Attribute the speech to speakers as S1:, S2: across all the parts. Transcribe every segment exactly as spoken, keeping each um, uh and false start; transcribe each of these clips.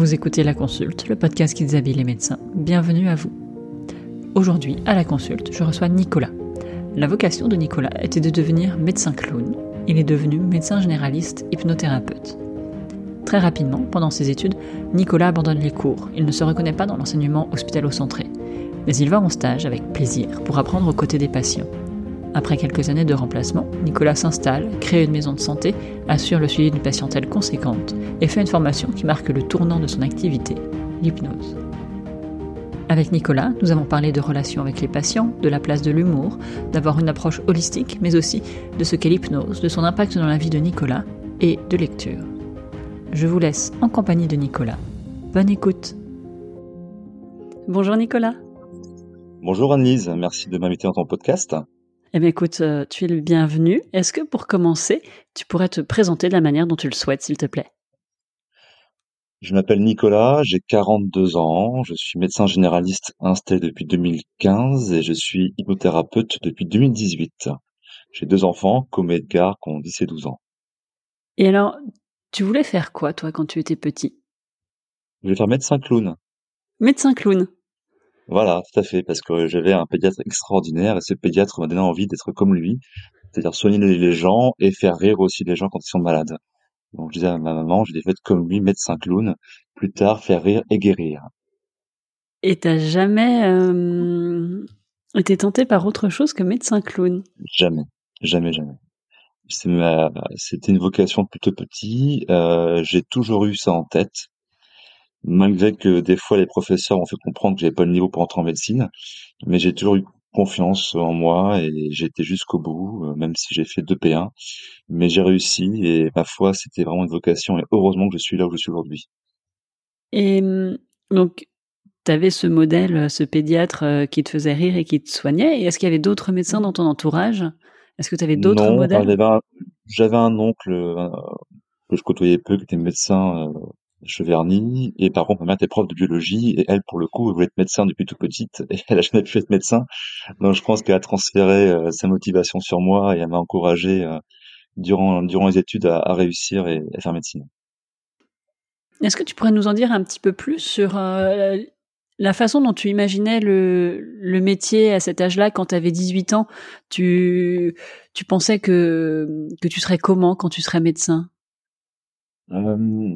S1: Vous écoutez La Consulte, le podcast qui déshabille les médecins. Bienvenue à vous. Aujourd'hui, à La Consulte, je reçois Nicolas. La vocation de Nicolas était de devenir médecin clown. Il est devenu médecin généraliste hypnothérapeute. Très rapidement, pendant ses études, Nicolas abandonne les cours. Il ne se reconnaît pas dans l'enseignement hospitalo-centré. Mais il va en stage avec plaisir pour apprendre aux côtés des patients. Après quelques années de remplacement, Nicolas s'installe, crée une maison de santé, assure le suivi d'une patientèle conséquente et fait une formation qui marque le tournant de son activité, l'hypnose. Avec Nicolas, nous avons parlé de relations avec les patients, de la place de l'humour, d'avoir une approche holistique, mais aussi de ce qu'est l'hypnose, de son impact dans la vie de Nicolas et de lecture. Je vous laisse en compagnie de Nicolas. Bonne écoute. Bonjour Nicolas.
S2: Bonjour Anne-Lise, merci de m'inviter dans ton podcast.
S1: Eh bien écoute, euh, tu es le bienvenu. Est-ce que pour commencer, tu pourrais te présenter de la manière dont tu le souhaites, s'il te plaît ?
S2: Je m'appelle Nicolas, j'ai quarante-deux ans, je suis médecin généraliste installé depuis deux mille quinze et je suis hypnothérapeute depuis deux mille dix-huit. J'ai deux enfants, Com et Edgar, qui ont dix et douze ans.
S1: Et alors, tu voulais faire quoi, toi, quand tu étais petit ?
S2: Je vais faire médecin clown.
S1: Médecin clown.
S2: Voilà, tout à fait, parce que j'avais un pédiatre extraordinaire et ce pédiatre m'a donné envie d'être comme lui, c'est-à-dire soigner les gens et faire rire aussi les gens quand ils sont malades. Donc je disais à ma maman, je vais être comme lui, médecin clown, plus tard faire rire et guérir.
S1: Et t'as jamais euh, été tenté par autre chose que médecin clown ?
S2: Jamais, jamais, jamais. C'est ma- C'était une vocation plutôt petit. Euh, j'ai toujours eu ça en tête, malgré que des fois les professeurs m'ont fait comprendre que j'avais pas le niveau pour entrer en médecine. Mais j'ai toujours eu confiance en moi et j'ai été jusqu'au bout, euh, même si j'ai fait deux P un. Mais j'ai réussi et ma foi, c'était vraiment une vocation et heureusement que je suis là où je suis aujourd'hui.
S1: Et donc, t'avais ce modèle, ce pédiatre euh, qui te faisait rire et qui te soignait. Et est-ce qu'il y avait d'autres médecins dans ton entourage ? Est-ce que tu avais d'autres
S2: Non, enfin,
S1: modèles ?
S2: j'avais un, j'avais un oncle euh, que je côtoyais peu, qui était médecin euh, Cheverny, et par contre ma mère était prof de biologie, et elle pour le coup elle voulait être médecin depuis toute petite, et elle a jamais pu être médecin, donc je pense qu'elle a transféré euh, sa motivation sur moi, et elle m'a encouragé euh, durant durant les études à, à réussir et à faire médecine.
S1: Est-ce que tu pourrais nous en dire un petit peu plus sur euh, la façon dont tu imaginais le, le métier à cet âge-là, quand tu avais dix-huit ans ? Tu, tu pensais que, que tu serais comment quand tu serais médecin ?
S2: Euh,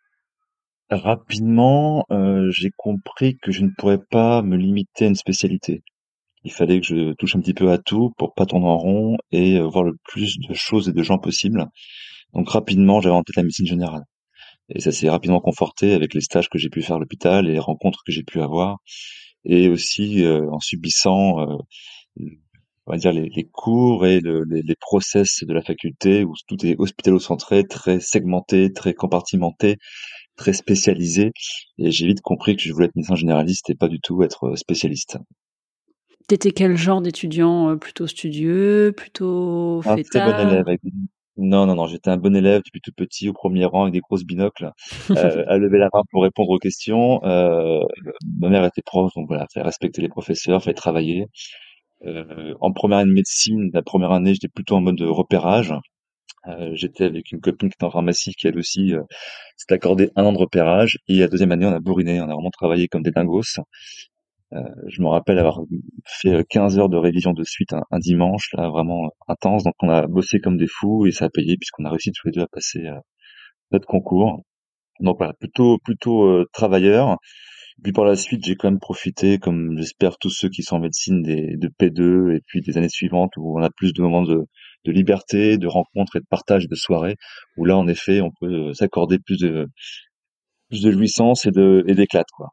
S2: Rapidement, euh, j'ai compris que je ne pourrais pas me limiter à une spécialité. Il fallait que je touche un petit peu à tout pour pas tourner en rond et euh, voir le plus de choses et de gens possible. Donc rapidement, j'avais en tête la médecine générale. Et ça s'est rapidement conforté avec les stages que j'ai pu faire à l'hôpital et les rencontres que j'ai pu avoir. Et aussi euh, en subissant, euh, on va dire, les, les cours et le, les, les process de la faculté où tout est hospitalo-centré, très segmenté, très compartimenté, très spécialisé. Et j'ai vite compris que je voulais être médecin généraliste et pas du tout être spécialiste.
S1: T'étais quel genre d'étudiant ? Plutôt studieux, plutôt
S2: Un très bon élève.
S1: fêtard ?
S2: Avec... Non, non, non, j'étais un bon élève depuis tout petit, au premier rang, avec des grosses binocles, euh, à lever la main pour répondre aux questions. Euh, ma mère était prof, donc voilà, fallait respecter les professeurs, fallait travailler. Euh, en première année de médecine, la première année, j'étais plutôt en mode repérage. Euh, j'étais avec une copine qui était en pharmacie, qui elle aussi euh, s'est accordé un an de repérage. Et la deuxième année, on a bourriné, on a vraiment travaillé comme des dingos. Euh, je me rappelle avoir fait quinze heures de révision de suite un, un dimanche, là, vraiment intense. Donc on a bossé comme des fous et ça a payé puisqu'on a réussi tous les deux à passer euh, notre concours. Donc voilà, plutôt plutôt euh, travailleur. Puis par la suite, j'ai quand même profité, comme j'espère tous ceux qui sont en médecine, des, de P deux et puis des années suivantes où on a plus de moments de, de liberté, de rencontres et de partage, de soirées, où là en effet on peut s'accorder plus de plus de jouissance et de et d'éclate, quoi.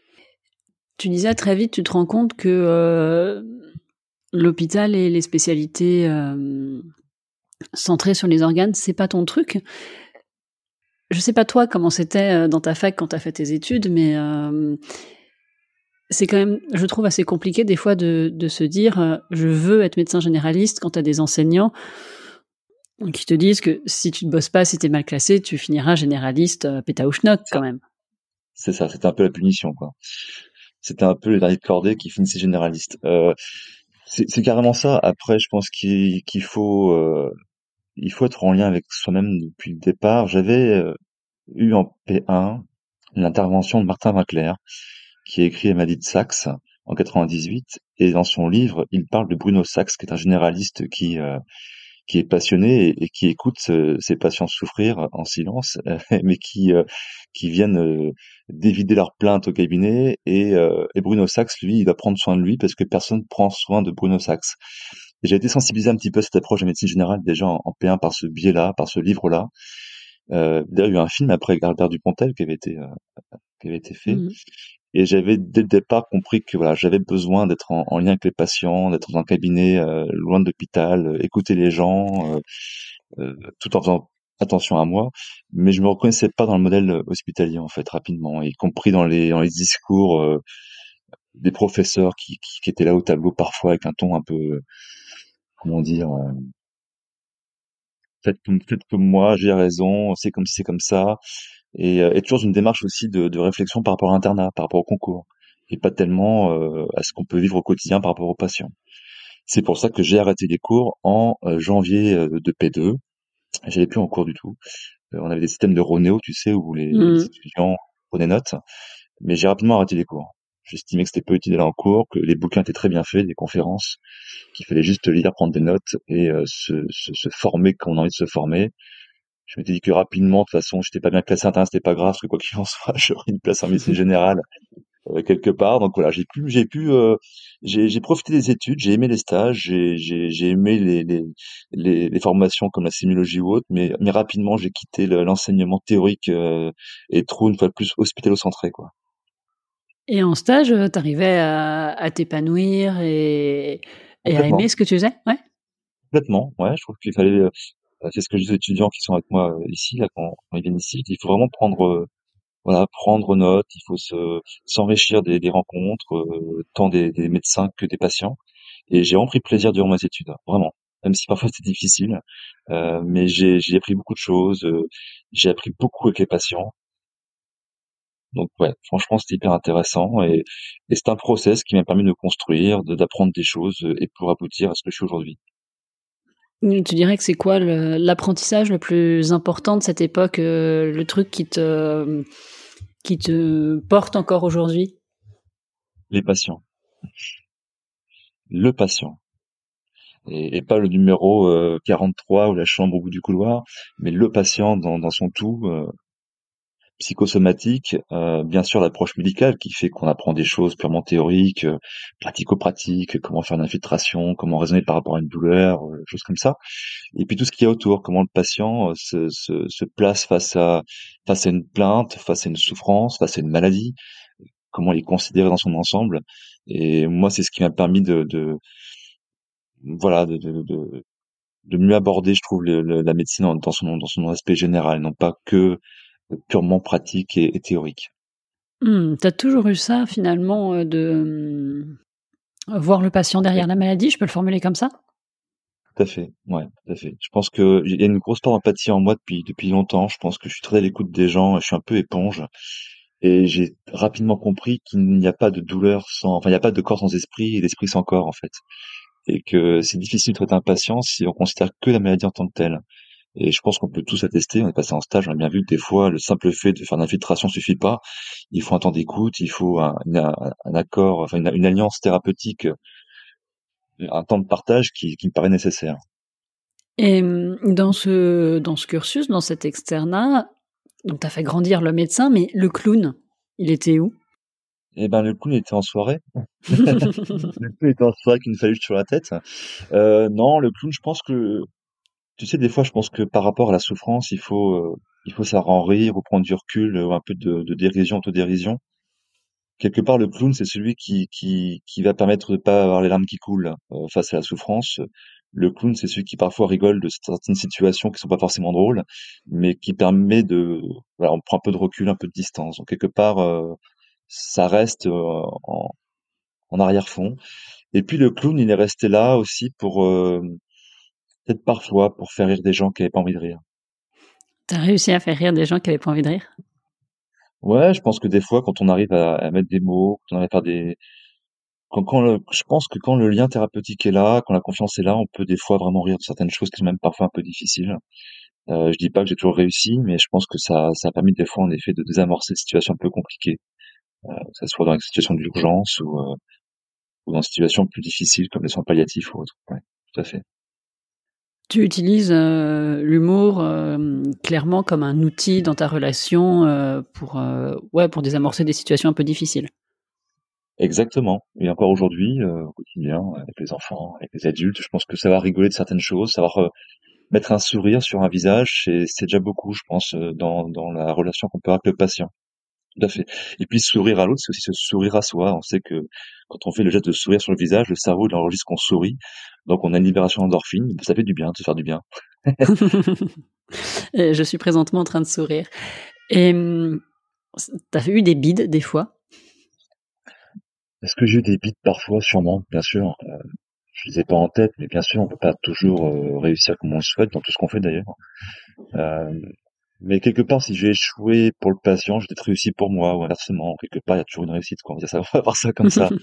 S1: Tu disais très vite, tu te rends compte que euh, l'hôpital et les spécialités euh, centrées sur les organes, c'est pas ton truc. Je sais pas toi comment c'était dans ta fac quand t'as fait tes études, mais euh, c'est quand même, je trouve, assez compliqué des fois de, de se dire euh, je veux être médecin généraliste quand t'as des enseignants qui te disent que si tu ne bosses pas, si t'es mal classé, tu finiras généraliste euh, pétaouchnock quand même.
S2: C'est ça, c'était un peu la punition, quoi. C'était un peu les derniers de cordée qui finissaient généralistes. Euh, c'est, c'est carrément ça. Après, je pense qu'il, qu'il faut, euh, il faut être en lien avec soi-même depuis le départ. J'avais euh, eu en P un l'intervention de Martin Winkler, qui a écrit Emma Sachs en quatre-vingt-dix-huit. Et dans son livre, il parle de Bruno Sachs, qui est un généraliste qui euh, qui est passionné et, et qui écoute euh, ses patients souffrir en silence, euh, mais qui euh, qui viennent euh, dévider leurs plaintes au cabinet. Et, euh, et Bruno Sachs, lui, il doit prendre soin de lui parce que personne prend soin de Bruno Sachs. Et j'ai été sensibilisé un petit peu à cette approche de médecine générale déjà en, en P un par ce biais-là, par ce livre-là. Euh, d'ailleurs, il y a eu un film après Albert Dupontel qui avait été euh, qui avait été fait.
S1: Mhm.
S2: Et j'avais dès le départ compris que voilà, j'avais besoin d'être en, en lien avec les patients, d'être dans un cabinet euh, loin de l'hôpital, euh, écouter les gens, euh, euh, tout en faisant attention à moi. Mais je me reconnaissais pas dans le modèle euh, hospitalier en fait rapidement, y compris dans les dans les discours euh, des professeurs qui, qui qui étaient là au tableau parfois avec un ton un peu euh, comment dire euh, faites comme faites comme moi, j'ai raison, c'est comme si c'est comme ça. Et, euh, et toujours une démarche aussi de, de réflexion par rapport à l'internat, par rapport au concours, et pas tellement euh, à ce qu'on peut vivre au quotidien par rapport aux patients. C'est pour ça que j'ai arrêté les cours en euh, janvier euh, de P deux. J'allais plus en cours du tout. Euh, on avait des systèmes de Ronéo, tu sais, où les, les
S1: Mhm.
S2: étudiants prenaient notes, mais j'ai rapidement arrêté les cours. J'estimais que c'était peu utile d'aller en cours, que les bouquins étaient très bien faits, des conférences, qu'il fallait juste lire, prendre des notes et euh, se, se, se former quand on a envie de se former. Je m'étais dit que rapidement, de toute façon, j'étais pas bien classé internat, c'était pas grave, parce que quoi qu'il en soit, j'aurais une place en médecine générale euh, quelque part. Donc voilà, j'ai pu, j'ai pu, euh, j'ai, j'ai profité des études, j'ai aimé les stages, j'ai, j'ai, j'ai aimé les, les, les, les formations comme la sémiologie ou autre, mais, mais rapidement, j'ai quitté le- l'enseignement théorique euh, et trop une fois de plus hospitalo-centré, quoi.
S1: Et en stage, euh, t'arrivais à, à t'épanouir et, et à aimer
S2: Complètement,
S1: ce que tu faisais? Ouais.
S2: complètement. Ouais, je trouve qu'il fallait. euh, c'est ce que je dis aux étudiants qui sont avec moi euh, ici, là, quand, quand ils viennent ici. Il faut vraiment prendre euh, voilà, prendre note, il faut se s'enrichir des, des rencontres, euh, tant des, des médecins que des patients. Et j'ai vraiment pris plaisir durant mes études, hein, vraiment. Même si parfois c'était difficile, euh, mais j'ai j'ai appris beaucoup de choses. euh, j'ai appris beaucoup avec les patients. Donc ouais, franchement c'était hyper intéressant et, et c'est un process qui m'a permis de construire, de d'apprendre des choses euh, et pour aboutir à ce que je suis aujourd'hui.
S1: Tu dirais que c'est quoi le- l'apprentissage le plus important de cette époque, euh, le truc qui te, qui te porte encore aujourd'hui?
S2: Les patients, le patient. Et, et pas le numéro euh, quarante-trois ou la chambre au bout du couloir, mais le patient dans, dans son tout. euh, psychosomatique, euh, bien sûr l'approche médicale qui fait qu'on apprend des choses purement théoriques, euh, pratico-pratiques, comment faire une infiltration, comment raisonner par rapport à une douleur, euh, choses comme ça. Et puis tout ce qu'il y a autour, comment le patient euh, se, se, se place face à face à une plainte, face à une souffrance, face à une maladie, comment il est considéré dans son ensemble. Et moi, c'est ce qui m'a permis de, de voilà de, de, de, de mieux aborder, je trouve, le- le- la médecine dans dans son dans son aspect général, non pas que purement pratique et, et théorique.
S1: Hmm, t'as toujours eu ça finalement, euh, de euh, voir le patient derrière la maladie, je peux le formuler comme ça?
S2: Tout à fait, ouais, tout à fait. Je pense que il y a une grosse part d'empathie en moi depuis depuis longtemps. Je pense que je suis très à l'écoute des gens, je suis un peu éponge et j'ai rapidement compris qu'il n'y a pas de douleur sans, enfin, il n'y a pas de corps sans esprit et d'esprit sans corps, en fait. Et que c'est difficile de traiter un patient si on considère que la maladie en tant que telle. Et je pense qu'on peut tous attester, on est passé en stage, on a bien vu que des fois, le simple fait de faire une infiltration suffit pas. Il faut un temps d'écoute, il faut un, un, un accord, enfin, une, une alliance thérapeutique, un temps de partage qui, qui me paraît nécessaire.
S1: Et hum, dans ce, dans ce cursus, dans cet externat, donc t'as fait grandir le médecin, mais le clown, il était où?
S2: Eh ben, le clown était en soirée. Le clown était en soirée avec une faluche sur la tête. Euh, non, le clown, je pense que, tu sais, des fois, je pense que par rapport à la souffrance, il faut, euh, il faut savoir en rire ou prendre du recul ou un peu de, de dérision, autodérision. Quelque part, le clown, c'est celui qui, qui, qui va permettre de pas avoir les larmes qui coulent euh, face à la souffrance. Le clown, c'est celui qui parfois rigole de certaines situations qui sont pas forcément drôles, mais qui permet de, voilà, on prend un peu de recul, un peu de distance. Donc quelque part, euh, ça reste euh, en, en arrière-fond. Et puis le clown, il est resté là aussi pour euh, peut-être parfois pour faire rire des gens qui avaient pas envie de rire.
S1: T'as réussi à faire rire des gens qui avaient pas envie de rire?
S2: Ouais, je pense que des fois, quand on arrive à, à mettre des mots, quand on arrive à faire des, quand, quand le- je pense que quand le lien thérapeutique est là, quand la confiance est là, on peut des fois vraiment rire de certaines choses qui sont même parfois un peu difficiles. Euh, je dis pas que j'ai toujours réussi, mais je pense que ça, ça a permis des fois en effet de désamorcer des situations un peu compliquées, euh, que ce soit dans les situations d'urgence ou, euh, ou dans des situations plus difficiles comme les soins palliatifs ou autres. Ouais, tout à fait.
S1: Tu utilises, heu, l'humour, hem, clairement comme un outil dans ta relation, heu, pour, heu, ouais, pour désamorcer des situations un peu difficiles?
S2: Exactement. Et encore aujourd'hui, euh, au quotidien, avec les enfants, avec les adultes, je pense que savoir rigoler de certaines choses, savoir euh, mettre un sourire sur un visage, c'est, c'est déjà beaucoup, je pense, euh, dans, dans la relation qu'on peut avoir avec le patient. Tout à fait. Et puis sourire à l'autre, c'est aussi se sourire à soi. On sait que quand on fait le geste de sourire sur le visage, le cerveau il enregistre qu'on sourit, donc on a une libération d'endorphine. Ça fait du bien de se faire du bien.
S1: Et je suis présentement en train de sourire et mmh, s tu eu des bides des fois?
S2: Est-ce que j'ai eu des bides parfois? Sûrement, bien sûr. Euh, je les ai pas en tête, mais bien sûr, on peut pas toujours euh, réussir comme on le souhaite dans tout ce qu'on fait d'ailleurs. Euh, mais quelque part, si j'ai échoué pour le patient, j'ai peut-être réussi pour moi, ou inversement. Quelque part, il y a toujours une réussite, quoi. On va dire ça, on va voir ça comme ça.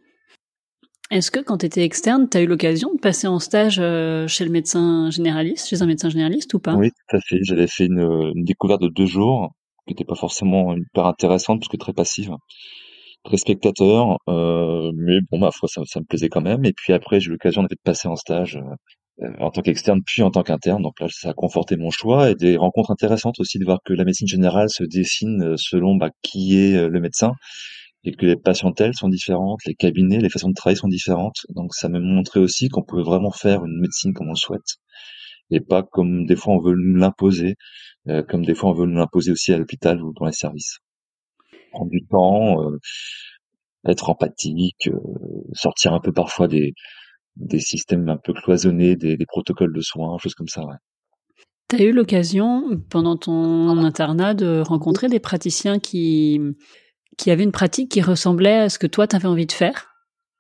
S1: Est-ce que quand tu étais externe, tu as eu l'occasion de passer en stage, heu, chez le médecin généraliste, chez un médecin généraliste ou pas?
S2: Oui, tout à fait. J'avais fait une, une découverte de deux jours, qui était pas forcément hyper intéressante, parce que très passive, très spectateur, euh, mais bon, ma foi, ça, ça me plaisait quand même. Et puis après, j'ai eu l'occasion de passer en stage euh, en tant qu'externe, puis en tant qu'interne. Donc là, ça a conforté mon choix et des rencontres intéressantes aussi de voir que la médecine générale se dessine euh, selon bah, qui est euh, le médecin et que les patientèles sont différentes, les cabinets, les façons de travailler sont différentes. Donc ça m'a montré aussi qu'on pouvait vraiment faire une médecine comme on le souhaite et pas comme des fois on veut nous l'imposer, euh, comme des fois on veut nous l'imposer aussi à l'hôpital ou dans les services. Prendre du temps, euh, être empathique, euh, sortir un peu parfois des, des systèmes un peu cloisonnés, des, des protocoles de soins, choses comme ça, ouais.
S1: Tu as eu l'occasion, pendant ton internat, de rencontrer des praticiens qui qui avaient une pratique qui ressemblait à ce que toi, tu avais envie de faire?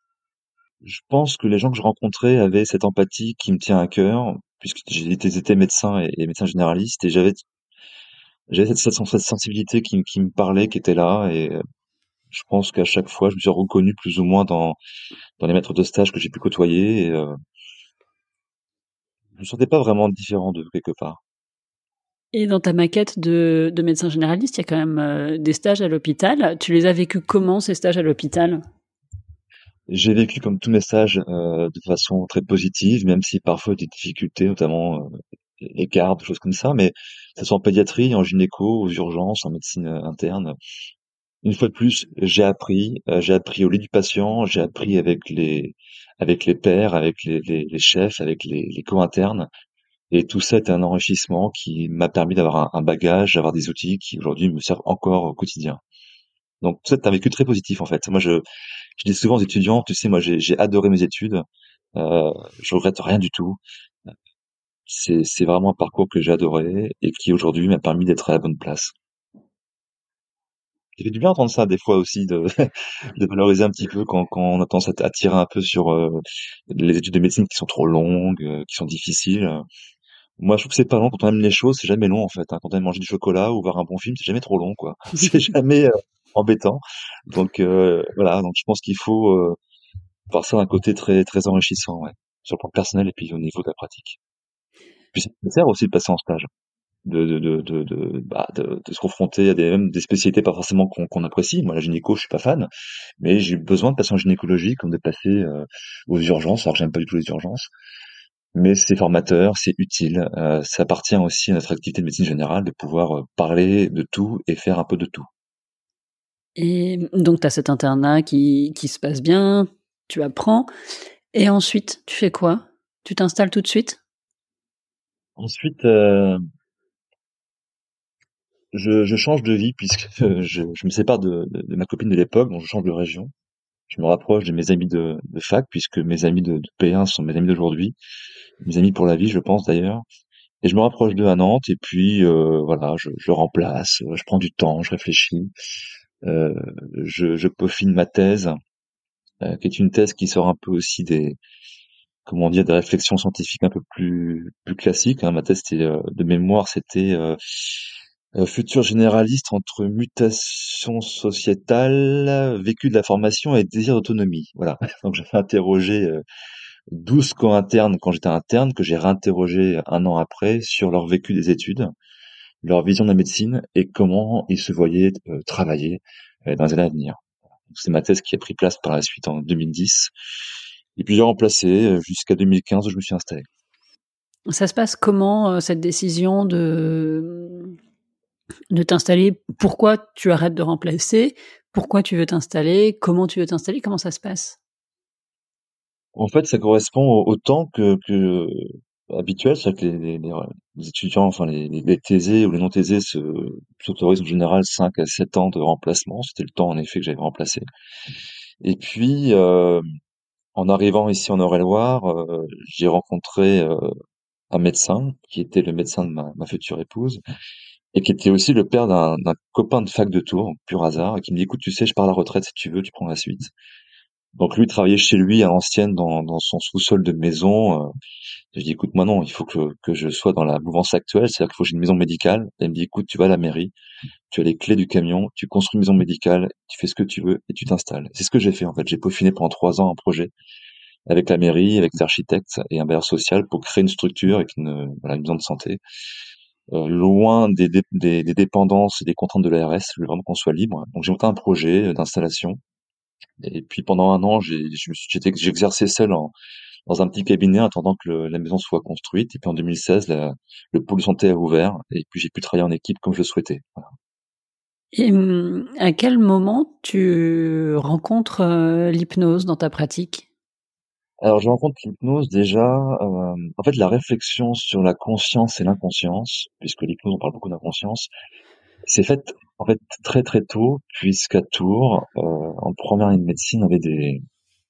S2: Je pense que les gens que je rencontrais avaient cette empathie qui me tient à cœur, puisque j'étais j'étais médecin et, et médecin généraliste, et j'avais j'avais cette, cette, cette sensibilité qui, qui me parlait, qui était là, et euh, je pense qu'à chaque fois, je me suis reconnu plus ou moins dans, dans les maîtres de stage que j'ai pu côtoyer, et euh, je me sentais pas vraiment différent de quelque part.
S1: Et dans ta maquette de de médecin généraliste, il y a quand même, heu, des stages à l'hôpital. Tu les as vécus comment ces stages à l'hôpital?
S2: J'ai vécu comme tous mes stages euh, de façon très positive, même si parfois des difficultés, notamment euh, écarts, des choses comme ça, mais que ce soit en pédiatrie, en gynéco, aux urgences, en médecine euh, interne. Une fois de plus, j'ai appris, euh, j'ai appris au lit du patient, j'ai appris avec les avec les pairs, avec les, les, les chefs, avec les, les co-internes, et tout ça est un enrichissement qui m'a permis d'avoir un, un bagage, d'avoir des outils qui aujourd'hui me servent encore au quotidien. Donc tout ça, c'est un vécu très positif en fait. Moi, je, je dis souvent aux étudiants, tu sais, moi j'ai j'ai adoré mes études, euh, je regrette rien du tout. C'est c'est vraiment un parcours que j'ai adoré et qui aujourd'hui m'a permis d'être à la bonne place. Ça fait du bien d'entendre ça des fois aussi, de, de valoriser un petit peu quand, quand on a tendance à, à tirer un peu sur euh, les études de médecine qui sont trop longues, euh, qui sont difficiles. Moi, je trouve que c'est pas long quand on aime les choses, c'est jamais long en fait, hein. Quand on aime manger du chocolat ou voir un bon film, c'est jamais trop long, quoi. C'est jamais euh, embêtant. Donc euh, voilà, donc je pense qu'il faut euh, voir ça d'un côté très très enrichissant, ouais, sur le plan personnel et puis au niveau de la pratique. Puis ça sert aussi de passer en stage, de de de de de, bah, de, de se confronter à des même des spécialités pas forcément qu'on qu'on apprécie. Moi, la gynéco, je suis pas fan, mais j'ai eu besoin de passer en gynécologie comme de passer euh, aux urgences, alors que j'aime pas du tout les urgences. Mais c'est formateur, c'est utile. Euh, ça appartient aussi à notre activité de médecine générale de pouvoir euh, parler de tout et faire un peu de tout.
S1: Et donc tu as cet internat qui qui se passe bien, tu apprends et ensuite, tu fais quoi? Tu t'installes tout de suite?
S2: Ensuite, euh, je, je change de vie puisque euh, je, je me sépare de, de, de ma copine de l'époque, donc je change de région. Je me rapproche de mes amis de, de fac puisque mes amis de, de P un sont mes amis d'aujourd'hui, mes amis pour la vie, je pense d'ailleurs. Et je me rapproche d'eux à Nantes et puis euh, voilà, je, je remplace, je prends du temps, je réfléchis, euh, je, je peaufine ma thèse, euh, qui est une thèse qui sort un peu aussi des, comment dire, des réflexions scientifiques un peu plus plus classiques, hein. Ma thèse c'était, euh, de mémoire, c'était euh, euh, futur généraliste entre mutation sociétale, vécu de la formation et désir d'autonomie. Voilà. Donc j'avais interrogé euh, douze co-internes quand j'étais interne que j'ai réinterrogé un an après sur leur vécu des études, leur vision de la médecine et comment ils se voyaient euh, travailler euh, dans les années à venir. C'est ma thèse qui a pris place par la suite en deux mille dix. Et puis j'ai remplacé euh, jusqu'à deux mille quinze où je me suis installé.
S1: Ça se passe comment, euh, cette décision de, de t'installer? Pourquoi tu arrêtes de remplacer? Pourquoi tu veux t'installer? Comment tu veux t'installer? Comment ça se passe?
S2: En fait, ça correspond au, au temps que, que habituel, c'est-à-dire que les, les, les- les étudiants, enfin les, les, les thésés ou les non thésés se s'autorisent en général cinq à sept ans de remplacement. C'était le temps en effet que j'avais remplacé. Et puis euh, en arrivant ici en Eure-et-Loire, euh, j'ai rencontré euh, un médecin qui était le médecin de ma, ma future épouse et qui était aussi le père d'un d'un copain de fac de Tours, pur hasard, et qui me dit écoute, tu sais, je pars à la retraite si tu veux, tu prends la suite. Donc lui travaillait chez lui à l'ancienne dans, dans son sous-sol de maison. euh, Je dis, écoute, moi non, il faut que, que je sois dans la mouvance actuelle, c'est-à-dire qu'il faut que j'ai une maison médicale. Elle me dit, écoute, tu vas à la mairie, tu as les clés du camion, tu construis une maison médicale, tu fais ce que tu veux et tu t'installes. C'est ce que j'ai fait en fait. J'ai peaufiné pendant trois ans un projet avec la mairie, avec des architectes et un bailleur social pour créer une structure avec une, voilà, une maison de santé, euh, loin des, dé- des, des dépendances et des contraintes de l'A R S. Je voulais vraiment qu'on soit libre. Donc j'ai monté un projet d'installation. Et puis pendant un an, j'ai, je me suis- j'étais, j'exerçais seul en, dans un petit cabinet attendant que le- la maison soit construite. Et puis en deux mille seize, la- le pôle de santé a ouvert et puis j'ai pu travailler en équipe comme je le souhaitais. Voilà.
S1: Et hum, à quel moment tu rencontres euh, l'hypnose dans ta pratique?
S2: Alors je rencontre l'hypnose déjà. euh, en fait, la réflexion sur la conscience et l'inconscience, puisque l'hypnose on parle beaucoup d'inconscience, c'est fait en fait très très tôt, puisqu'à Tours, euh, en première année de médecine, on avait des,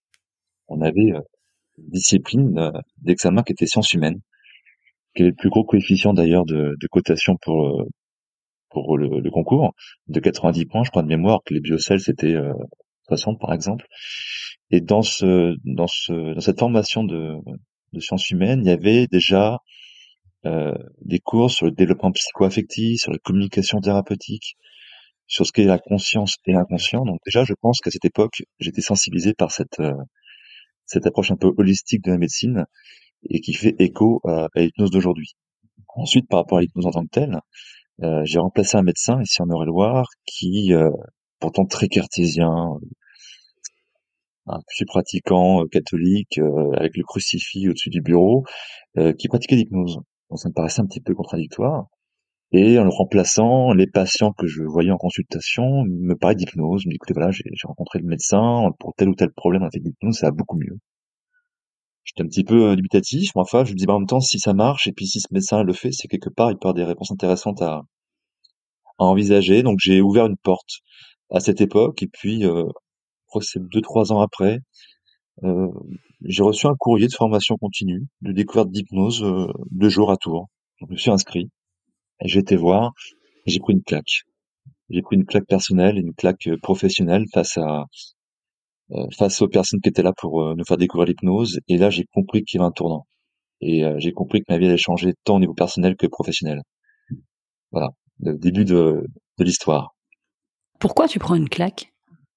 S2: on avait euh, une discipline euh, d'examen qui était sciences humaines, qui est le plus gros coefficient d'ailleurs de, de cotation pour euh, pour le, le concours, de quatre-vingt-dix points, je crois de mémoire, que les biocelles c'était euh, soixante par exemple. Et dans ce, dans ce, dans cette formation de, de sciences humaines, il y avait déjà euh, des cours sur le développement psycho-affectif, sur la communication thérapeutique, sur ce qu'est la conscience et l'inconscient. Donc déjà, je pense qu'à cette époque, j'étais sensibilisé par cette, euh, cette approche un peu holistique de la médecine et qui fait écho à, à l'hypnose d'aujourd'hui. Ensuite, par rapport à l'hypnose en tant que telle, euh, j'ai remplacé un médecin ici en Eure-et-Loire qui, euh, pourtant très cartésien, un petit pratiquant euh, catholique euh, avec le crucifix au-dessus du bureau, euh, qui pratiquait l'hypnose. Donc ça me paraissait un petit peu contradictoire. Et en le remplaçant, les patients que je voyais en consultation me parlaient d'hypnose. Je me dis, écoutez, voilà, j'ai j'ai rencontré le médecin, pour tel ou tel problème, on a fait de l'hypnose, ça va beaucoup mieux. J'étais un petit peu euh, dubitatif, mais enfin, je me dis, bah, en même temps, si ça marche, et puis si ce médecin le fait, c'est quelque part, il peut avoir des réponses intéressantes à, à envisager. Donc j'ai ouvert une porte à cette époque, et puis, euh, je crois que c'est deux, trois ans après, euh, j'ai reçu un courrier de formation continue, de découverte d'hypnose, euh, deux jours à Tours. Donc, je me suis inscrit, et j'ai été voir, et j'ai pris une claque. J'ai pris une claque personnelle et une claque euh, professionnelle face à euh, face aux personnes qui étaient là pour euh, nous faire découvrir l'hypnose. Et là, j'ai compris qu'il y avait un tournant. Et euh, j'ai compris que ma vie allait changer tant au niveau personnel que professionnel. Voilà, le début de, de l'histoire.
S1: Pourquoi tu prends une claque?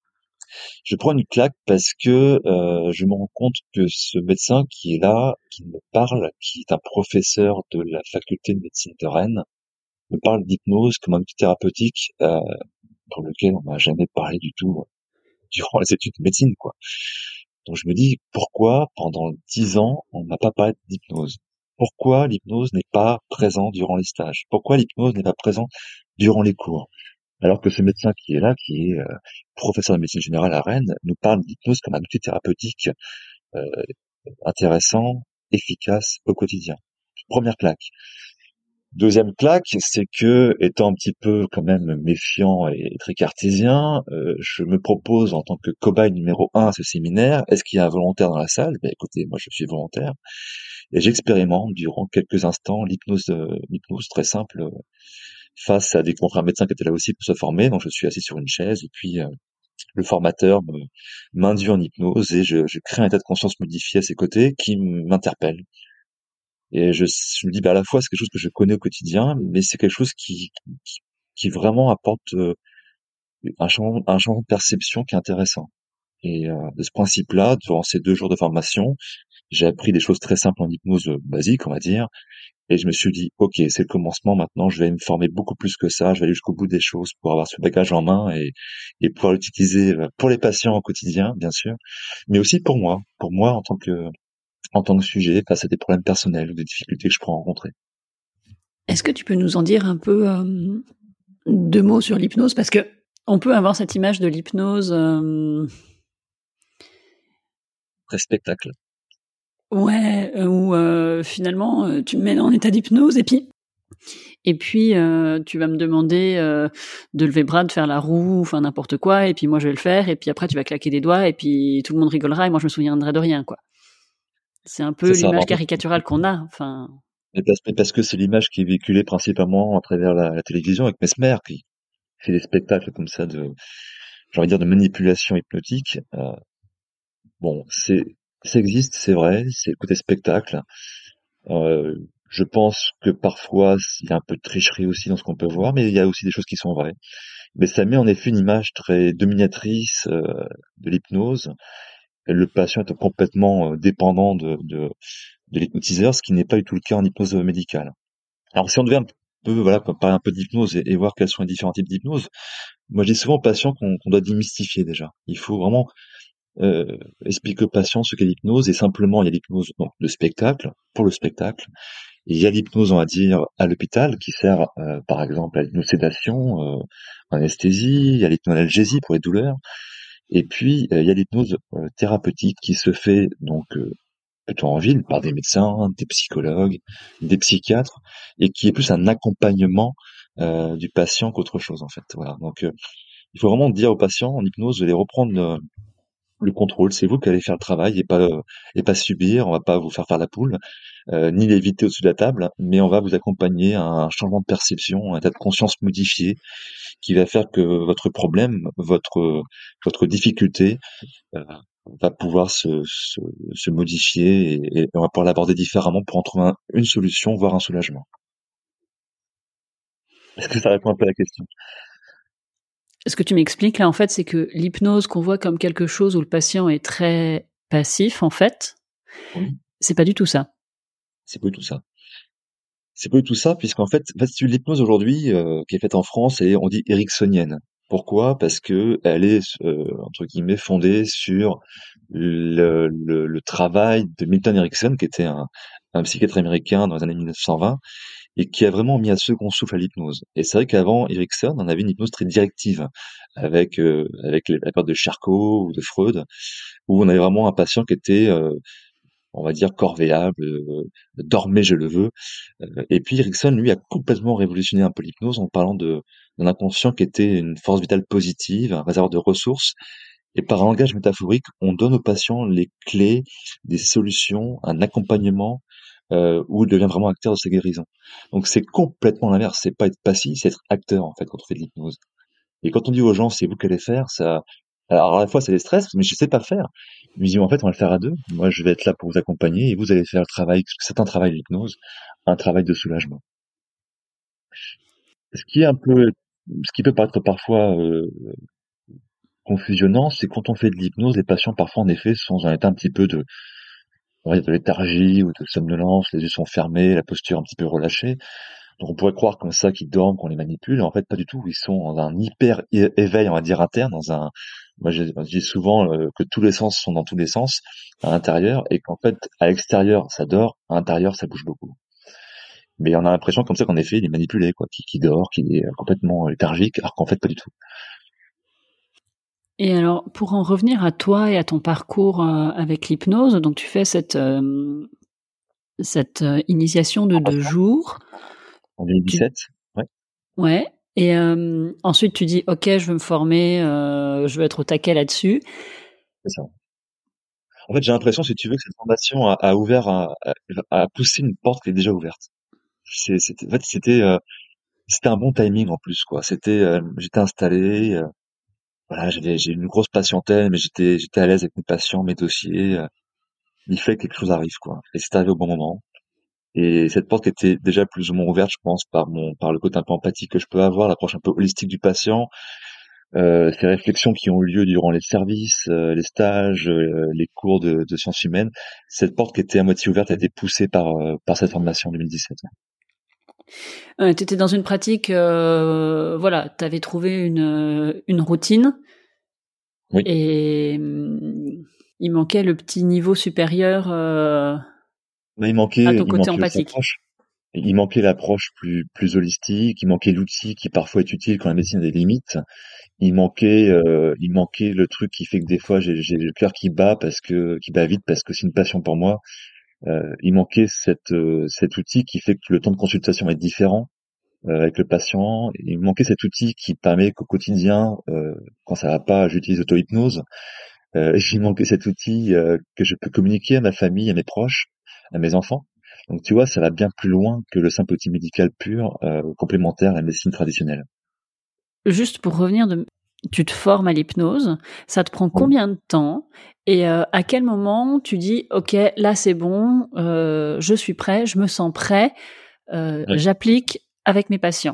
S2: Je prends une claque parce que euh, je me rends compte que ce médecin qui est là, qui me parle, qui est un professeur de la faculté de médecine de Rennes, me parle d'hypnose comme un outil thérapeutique euh, pour lequel on m'a jamais parlé du tout euh, durant les études de médecine, quoi. Donc je me dis, pourquoi pendant dix ans, on n'a pas parlé d'hypnose? Pourquoi l'hypnose n'est pas présent durant les stages? Pourquoi l'hypnose n'est pas présent durant les cours? Alors que ce médecin qui est là, qui est euh, professeur de médecine générale à Rennes, nous parle d'hypnose comme un outil thérapeutique euh, intéressant, efficace au quotidien. Première claque. Deuxième claque, c'est que, étant un petit peu quand même méfiant et très cartésien, euh, je me propose en tant que cobaye numéro un à ce séminaire. Est-ce qu'il y a un volontaire dans la salle? Ben écoutez, moi je suis volontaire et j'expérimente durant quelques instants l'hypnose, euh, l'hypnose très simple euh, face à des confrères médecins qui étaient là aussi pour se former. Donc je suis assis sur une chaise et puis euh, le formateur me m'induit en hypnose et je, je crée un état de conscience modifié à ses côtés qui m'interpelle. Et je, je me dis, bah, à la fois, c'est quelque chose que je connais au quotidien, mais c'est quelque chose qui, qui, qui vraiment apporte euh, un changement, un changement de perception qui est intéressant. Et euh, de ce principe-là, durant ces deux jours de formation, j'ai appris des choses très simples en hypnose euh, basique, on va dire, et je me suis dit, ok, c'est le commencement. Maintenant, je vais me former beaucoup plus que ça. Je vais aller jusqu'au bout des choses pour avoir ce bagage en main et, et pouvoir l'utiliser euh, pour les patients au quotidien, bien sûr, mais aussi pour moi, pour moi en tant que en tant que sujet face à des problèmes personnels ou des difficultés que je peux rencontrer.
S1: Est-ce que tu peux nous en dire un peu euh, deux mots sur l'hypnose? Parce que on peut avoir cette image de l'hypnose. Euh,
S2: Très spectacle.
S1: ouais, euh, où euh, finalement euh, tu me mets en état d'hypnose et puis et puis euh, tu vas me demander euh, de lever le bras, de faire la roue, enfin n'importe quoi, et puis moi je vais le faire, et puis après tu vas claquer des doigts, et puis tout le monde rigolera, et moi je me souviendrai de rien, quoi. C'est un peu
S2: C'est ça. Bah,
S1: l'image
S2: en fait,
S1: caricaturale qu'on a. Enfin,
S2: mais parce, mais parce que c'est l'image qui est véhiculée principalement à travers la, la télévision avec Mesmer qui fait des spectacles comme ça de, j'ai envie de dire, de manipulation hypnotique. Euh, bon, c'est, ça existe, c'est vrai, c'est le côté spectacle. Euh, je pense que parfois il y a un peu de tricherie aussi dans ce qu'on peut voir, mais il y a aussi des choses qui sont vraies. Mais ça met en effet une image très dominatrice euh, de l'hypnose. Et le patient est complètement euh, dépendant de, de, de l'hypnotiseur, ce qui n'est pas du tout le cas en hypnose médicale. Alors si on devait un peu, voilà, parler un peu d'hypnose et, et voir quels sont les différents types d'hypnose, moi je dis souvent aux patients qu'on qu'on doit démystifier déjà. Il faut vraiment euh, expliquer aux patients ce qu'est l'hypnose, et simplement il y a l'hypnose donc de spectacle, pour le spectacle. Et il y a l'hypnose, on va dire, à l'hôpital, qui sert euh, par exemple à l'hypnosédation, euh, anesthésie, il y a l'hypnoanalgésie pour les douleurs, et puis euh, il y a l'hypnose euh, thérapeutique qui se fait donc euh, plutôt en ville par des médecins, des psychologues, des psychiatres, et qui est plus un accompagnement euh, du patient qu'autre chose en fait. Voilà. Donc euh, il faut vraiment dire aux patients en hypnose, vous allez reprendre euh, le contrôle, c'est vous qui allez faire le travail et pas euh, et pas subir. On va pas vous faire faire la poule, euh, ni l'éviter au-dessus de la table, mais on va vous accompagner à un changement de perception, un état de conscience modifié, qui va faire que votre problème, votre votre difficulté euh, va pouvoir se, se, se modifier, et, et on va pouvoir l'aborder différemment pour en trouver un- une solution, voire un soulagement. Est-ce que ça répond un peu à la question?
S1: ce que tu m'expliques là, en fait, c'est que l'hypnose qu'on voit comme quelque chose où le patient est très passif, en fait,
S2: Oui,
S1: c'est pas du tout ça.
S2: c'est pas du tout ça. C'est pas du tout ça, puisqu'en fait, en fait, si l'hypnose aujourd'hui euh, qui est faite en France, et on dit ericksonienne. Pourquoi? Parce que elle est euh, entre guillemets fondée sur le, le, le travail de Milton Erickson, qui était un, un psychiatre américain dans les années mille neuf cent vingt, et qui a vraiment mis à second souffle à l'hypnose. Et c'est vrai qu'avant Erickson, on avait une hypnose très directive, avec euh, avec les- la période de Charcot ou de Freud, où on avait vraiment un patient qui était, euh, on va dire, corvéable, euh, dormez, je le veux. Euh, et puis Erickson, lui, a complètement révolutionné un peu l'hypnose en parlant de d'un inconscient qui était une force vitale positive, un réservoir de ressources. Et par un langage métaphorique, on donne aux patients les clés, des solutions, un accompagnement euh, où il devient vraiment acteur de sa guérison. Donc c'est complètement l'inverse, c'est pas être passif, c'est être acteur en fait quand on fait de l'hypnose. Et quand on dit aux gens c'est vous qui allez faire, ça, alors à la fois ça les stresse, mais je sais pas faire. Ils me disent en fait on va le faire à deux. Moi je vais être là pour vous accompagner et vous allez faire le travail, c'est un travail d'hypnose, un travail de soulagement. Ce qui est un peu, ce qui peut paraître parfois euh, confusionnant, c'est quand on fait de l'hypnose, les patients parfois en effet sont dans un état un petit peu de, on va dire, de léthargie ou de somnolence, les yeux sont fermés, la posture un petit peu relâchée. Donc on pourrait croire comme ça qu'ils dorment, qu'on les manipule, en fait pas du tout. Ils sont dans un hyper é- éveil, on va dire interne, dans un. Moi je, je dis souvent euh, que tous les sens sont dans tous les sens à l'intérieur, et qu'en fait à l'extérieur ça dort, à l'intérieur ça bouge beaucoup. Mais on a l'impression comme ça qu'en effet il est manipulé, quoi, qui, qui dort, qui est complètement léthargique, alors qu'en fait pas du tout.
S1: Et alors, pour en revenir à toi et à ton parcours euh, avec l'hypnose, donc tu fais cette euh, cette euh, initiation de deux jours.
S2: En
S1: Tu,
S2: deux mille dix-sept, ouais,
S1: ouais. Et euh, ensuite, tu dis, ok, je veux me former, euh, je veux être au taquet là-dessus.
S2: c'est ça. En fait j'ai l'impression, si tu veux, que cette formation a, a ouvert, a, a, a poussé une porte qui est déjà ouverte. C'est, c'était, en fait c'était euh, c'était un bon timing en plus, quoi. C'était, euh, j'étais installé, euh, voilà, j'avais, j'ai une grosse patientèle, mais j'étais, j'étais à l'aise avec mes patients, mes dossiers. Euh, il fallait que quelque chose arrive, quoi. Et c'est arrivé au bon moment. Et cette porte était déjà plus ou moins ouverte, je pense, par mon, par le côté un peu empathique que je peux avoir, l'approche un peu holistique du patient, euh, ces réflexions qui ont eu lieu durant les services, euh, les stages, euh, les cours de, de sciences humaines, cette porte qui était à moitié ouverte a été poussée par euh, par cette formation en deux mille dix-sept.
S1: Euh, tu étais dans une pratique, euh, voilà, tu avais trouvé une, une routine
S2: Oui,
S1: et hum, il manquait le petit niveau supérieur euh,
S2: mais il
S1: à
S2: manquait
S1: ton
S2: il
S1: côté
S2: manquait aussi
S1: empathique.
S2: l'approche. Il manquait l'approche plus plus holistique. Il manquait l'outil qui parfois est utile quand la médecine a des limites. Il manquait euh, il manquait le truc qui fait que des fois j'ai j'ai le cœur qui bat parce que qui bat vite parce que c'est une passion pour moi. Euh, il manquait cette euh, cet outil qui fait que le temps de consultation est différent euh, avec le patient. Il me manquait cet outil qui permet qu'au quotidien, euh, quand ça va pas, j'utilise l'auto-hypnose. Euh, il manquait cet outil euh, que je peux communiquer à ma famille, à mes proches, à mes enfants. Donc tu vois, ça va bien plus loin que le simple outil médical pur, euh, complémentaire à la médecine traditionnelle.
S1: Juste pour revenir, de, tu te formes à l'hypnose, ça te prend
S2: Oui.
S1: combien de temps et euh, à quel moment tu dis ok là c'est bon, euh, je suis prêt, je me sens prêt, euh,
S2: Ouais.
S1: j'applique avec mes patients.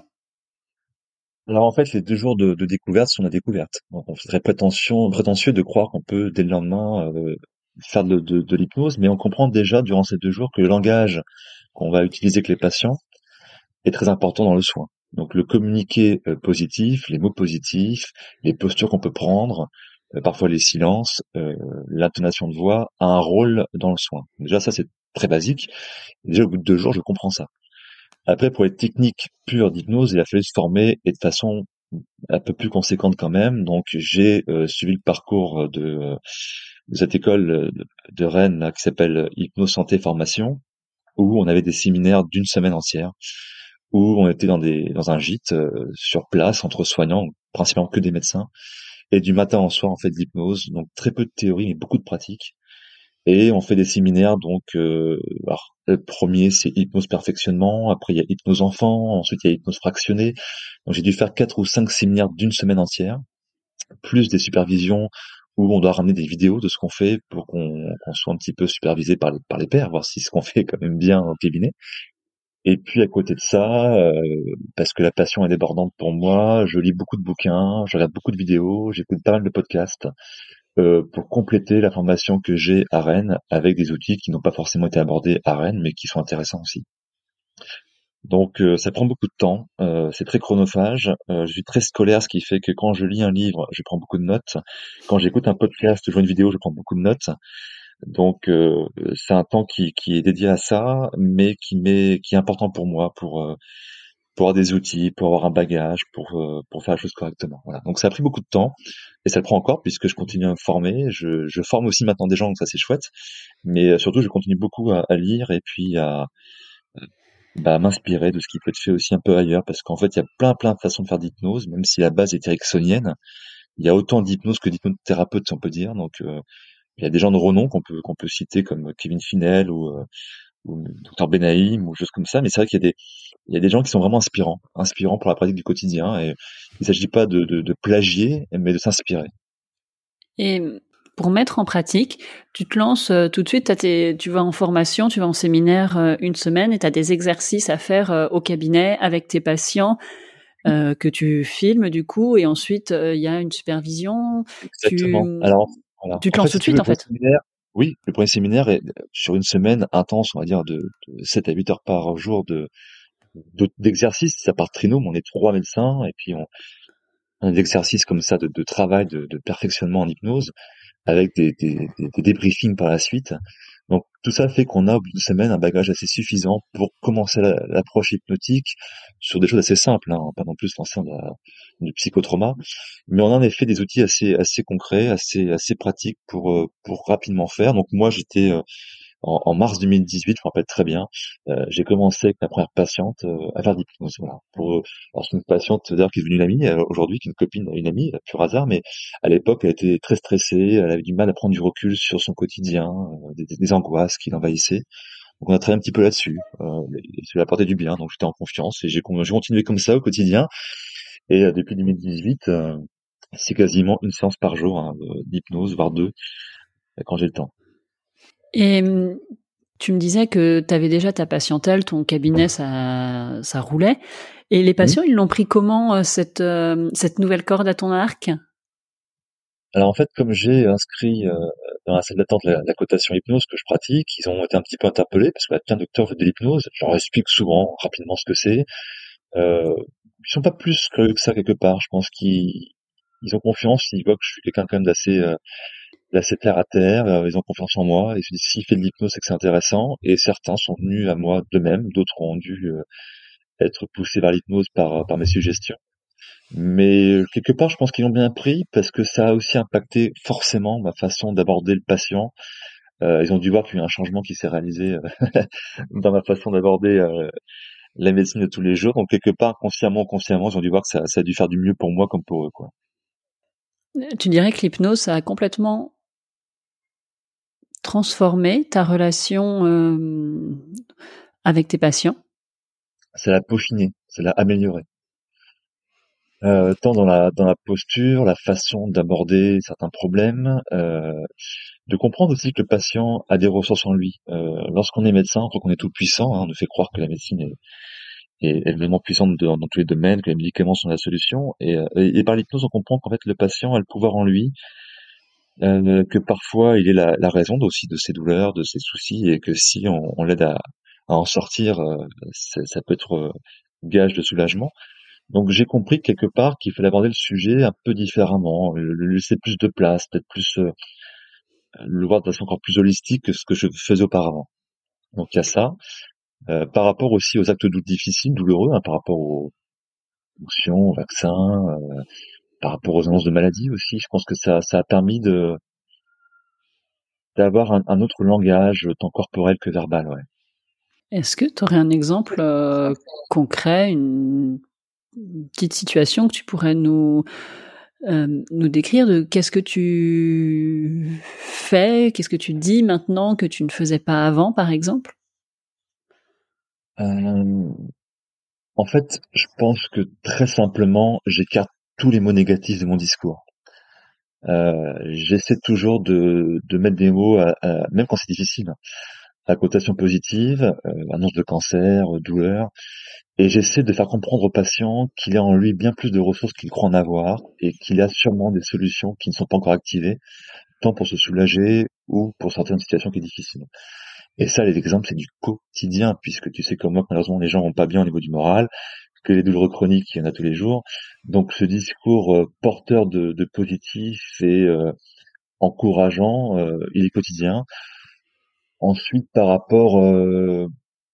S2: Alors en fait, les deux jours de, de découverte sont la découverte. Donc, on serait prétention, prétentieux de croire qu'on peut dès le lendemain euh, faire de, de, de l'hypnose, mais on comprend déjà durant ces deux jours que le langage qu'on va utiliser avec les patients est très important dans le soin. Donc le communiqué euh, positif, les mots positifs, les postures qu'on peut prendre, euh, parfois les silences, euh, l'intonation de voix a un rôle dans le soin. Déjà ça c'est très basique. Déjà au bout de deux jours je comprends ça. Après pour les techniques pures d'hypnose, il a fallu se former et de façon un peu plus conséquente quand même. Donc j'ai euh, suivi le parcours de, de cette école euh, de, de Rennes là, qui s'appelle Hypnose Santé Formation, où on avait des séminaires d'une semaine entière où on était dans des dans un gîte euh, sur place entre soignants, principalement que des médecins, et du matin au soir on fait de l'hypnose, donc très peu de théorie mais beaucoup de pratique. Et on fait des séminaires donc euh, alors, le premier c'est hypnose perfectionnement, après il y a hypnose enfant, ensuite il y a hypnose fractionnée. Donc j'ai dû faire quatre ou cinq séminaires d'une semaine entière, plus des supervisions où on doit ramener des vidéos de ce qu'on fait pour qu'on qu'on soit un petit peu supervisé par, par les pairs, voir si ce qu'on fait est quand même bien au cabinet. Et puis à côté de ça, euh, parce que la passion est débordante pour moi, je lis beaucoup de bouquins, je regarde beaucoup de vidéos, j'écoute pas mal de podcasts euh, pour compléter la formation que j'ai à Rennes avec des outils qui n'ont pas forcément été abordés à Rennes, mais qui sont intéressants aussi. Donc euh, ça prend beaucoup de temps, euh, c'est très chronophage, euh, je suis très scolaire, ce qui fait que quand je lis un livre, je prends beaucoup de notes. Quand j'écoute un podcast, je vois une vidéo, je prends beaucoup de notes. Donc euh, c'est un temps qui, qui est dédié à ça, mais qui m'est qui est important pour moi, pour euh, pour avoir des outils, pour avoir un bagage, pour euh, pour faire la chose correctement. Voilà. Donc ça a pris beaucoup de temps et ça le prend encore puisque je continue à me former. Je, je forme aussi maintenant des gens, donc ça c'est chouette. Mais euh, surtout, je continue beaucoup à, à lire et puis à bah, m'inspirer de ce qui peut être fait aussi un peu ailleurs, parce qu'en fait, il y a plein plein de façons de faire d'hypnose, même si la base est ericksonienne. Il y a autant d'hypnose que d'hypnothérapeutes, si on peut dire. Donc euh, il y a des gens de renom qu'on peut qu'on peut citer comme Kevin Finel ou, euh, ou docteur Benaïm ou choses comme ça. Mais c'est vrai qu'il y a des il y a des gens qui sont vraiment inspirants, inspirants pour la pratique du quotidien. Et il s'agit pas de, de, de plagier, mais de s'inspirer.
S1: Et pour mettre en pratique, tu te lances euh, tout de suite, t'as tes, tu vas en formation, tu vas en séminaire euh, une semaine et tu as des exercices à faire euh, au cabinet avec tes patients euh, que tu filmes du coup et ensuite euh, il y a une supervision. Tu,
S2: Exactement. Alors, voilà.
S1: tu te
S2: En fait,
S1: lances
S2: si
S1: tout de
S2: tu veux,
S1: suite
S2: le
S1: en
S2: premier
S1: fait.
S2: séminaire, oui, le premier séminaire est euh, sur une semaine intense, on va dire, de, de sept à huit heures par jour de, de- d'exercice. Ça part trinôme, on est trois médecins, et puis on, un exercice comme ça de, de travail, de, de perfectionnement en hypnose, avec des, des, des, des débriefings par la suite. Donc tout ça fait qu'on a au bout d'une semaine un bagage assez suffisant pour commencer la- l'approche hypnotique sur des choses assez simples, hein, pas non plus se lancer dans la- du psychotrauma, mais on a en effet des outils assez assez concrets, assez assez pratiques pour euh, pour rapidement faire. Donc moi j'étais euh, en, en mars deux mille dix-huit, je me rappelle très bien, euh, j'ai commencé avec ma première patiente euh, à faire de l'hypnose. Voilà. Pour, euh, alors c'est une patiente d'ailleurs qui est devenue une amie euh, aujourd'hui, qui est une copine, une amie, euh, pur hasard, mais à l'époque elle était très stressée, elle avait du mal à prendre du recul sur son quotidien, euh, des, des angoisses qui l'envahissaient. Donc on a travaillé un petit peu là-dessus, euh, et ça lui a apporté du bien, donc j'étais en confiance et j'ai con- j'ai continué comme ça au quotidien. Et euh, depuis deux mille dix-huit, euh, c'est quasiment une séance par jour hein, de- d'hypnose, voire deux, euh, quand j'ai le temps.
S1: Et Tu me disais que tu avais déjà ta patientèle, ton cabinet, ça, ça roulait. Et les patients, mmh. ils l'ont pris comment, cette, euh, cette nouvelle corde à ton arc?
S2: Alors en fait, comme j'ai inscrit euh, dans la salle d'attente la, la cotation hypnose que je pratique, ils ont été un petit peu interpellés parce que bah, tiens, docteur, vous faites de l'hypnose. Je leur explique souvent, rapidement ce que c'est. Euh, ils sont pas plus que ça quelque part. Je pense qu'ils ils ont confiance, ils voient que je suis quelqu'un quand même d'assez euh, d'assez terre à terre, euh, ils ont confiance en moi, et se disent s'il fait de l'hypnose, c'est que c'est intéressant, et certains sont venus à moi d'eux-mêmes, d'autres ont dû euh, être poussés vers l'hypnose par, par mes suggestions. Mais quelque part, je pense qu'ils l'ont bien pris, parce que ça a aussi impacté forcément ma façon d'aborder le patient. Euh, ils ont dû voir qu'il y a eu un changement qui s'est réalisé euh, dans ma façon d'aborder euh, la médecine de tous les jours, donc quelque part, consciemment ou consciemment, ils ont dû voir que ça, ça a dû faire du mieux pour moi comme pour eux, quoi.
S1: Tu dirais que l'hypnose, ça a complètement transformé ta relation euh, avec tes patients?
S2: Ça l'a peaufiné, ça l'a amélioré. Euh, tant dans la dans la posture, la façon d'aborder certains problèmes, euh, de comprendre aussi que le patient a des ressources en lui. Euh, lorsqu'on est médecin, on croit qu'on est tout puissant, hein, on nous fait croire que la médecine est, est, est vraiment puissante dans, dans tous les domaines, que les médicaments sont la solution. Et, et, et par l'hypnose, on comprend qu'en fait le patient a le pouvoir en lui, euh, que parfois il est la, la raison aussi de ses douleurs, de ses soucis, et que si on, on l'aide à, à en sortir, euh, ça, ça peut être euh, gage de soulagement. Donc j'ai compris quelque part qu'il fallait aborder le sujet un peu différemment, le, le laisser plus de place, peut-être plus euh, le voir de façon encore plus holistique que ce que je faisais auparavant. Donc il y a ça. Euh, par rapport aussi aux actes dou- difficiles, douloureux, hein, par rapport aux options, aux vaccins, euh, par rapport aux annonces de maladies aussi, je pense que ça, ça a permis de d'avoir un, un autre langage tant corporel que verbal. Ouais.
S1: Est-ce que tu aurais un exemple euh, concret, une, une petite situation que tu pourrais nous euh, nous décrire de qu'est-ce que tu fais, qu'est-ce que tu dis maintenant que tu ne faisais pas avant, par exemple?
S2: Euh, en fait, je pense que très simplement, j'écarte tous les mots négatifs de mon discours. Euh, j'essaie toujours de, de mettre des mots, à, à- même quand c'est difficile, à connotation positive, euh, annonce de cancer, euh, douleur, et j'essaie de faire comprendre au patient qu'il a en lui bien plus de ressources qu'il croit en avoir, et qu'il a sûrement des solutions qui ne sont pas encore activées, tant pour se soulager ou pour sortir d'une situation qui est difficile. Et ça, les exemples, c'est du quotidien, puisque tu sais comme moi que malheureusement les gens vont pas bien au niveau du moral, que les douloureux chroniques, il y en a tous les jours. Donc ce discours euh, porteur de, de positif et euh, encourageant, euh, il est quotidien. Ensuite, par rapport euh,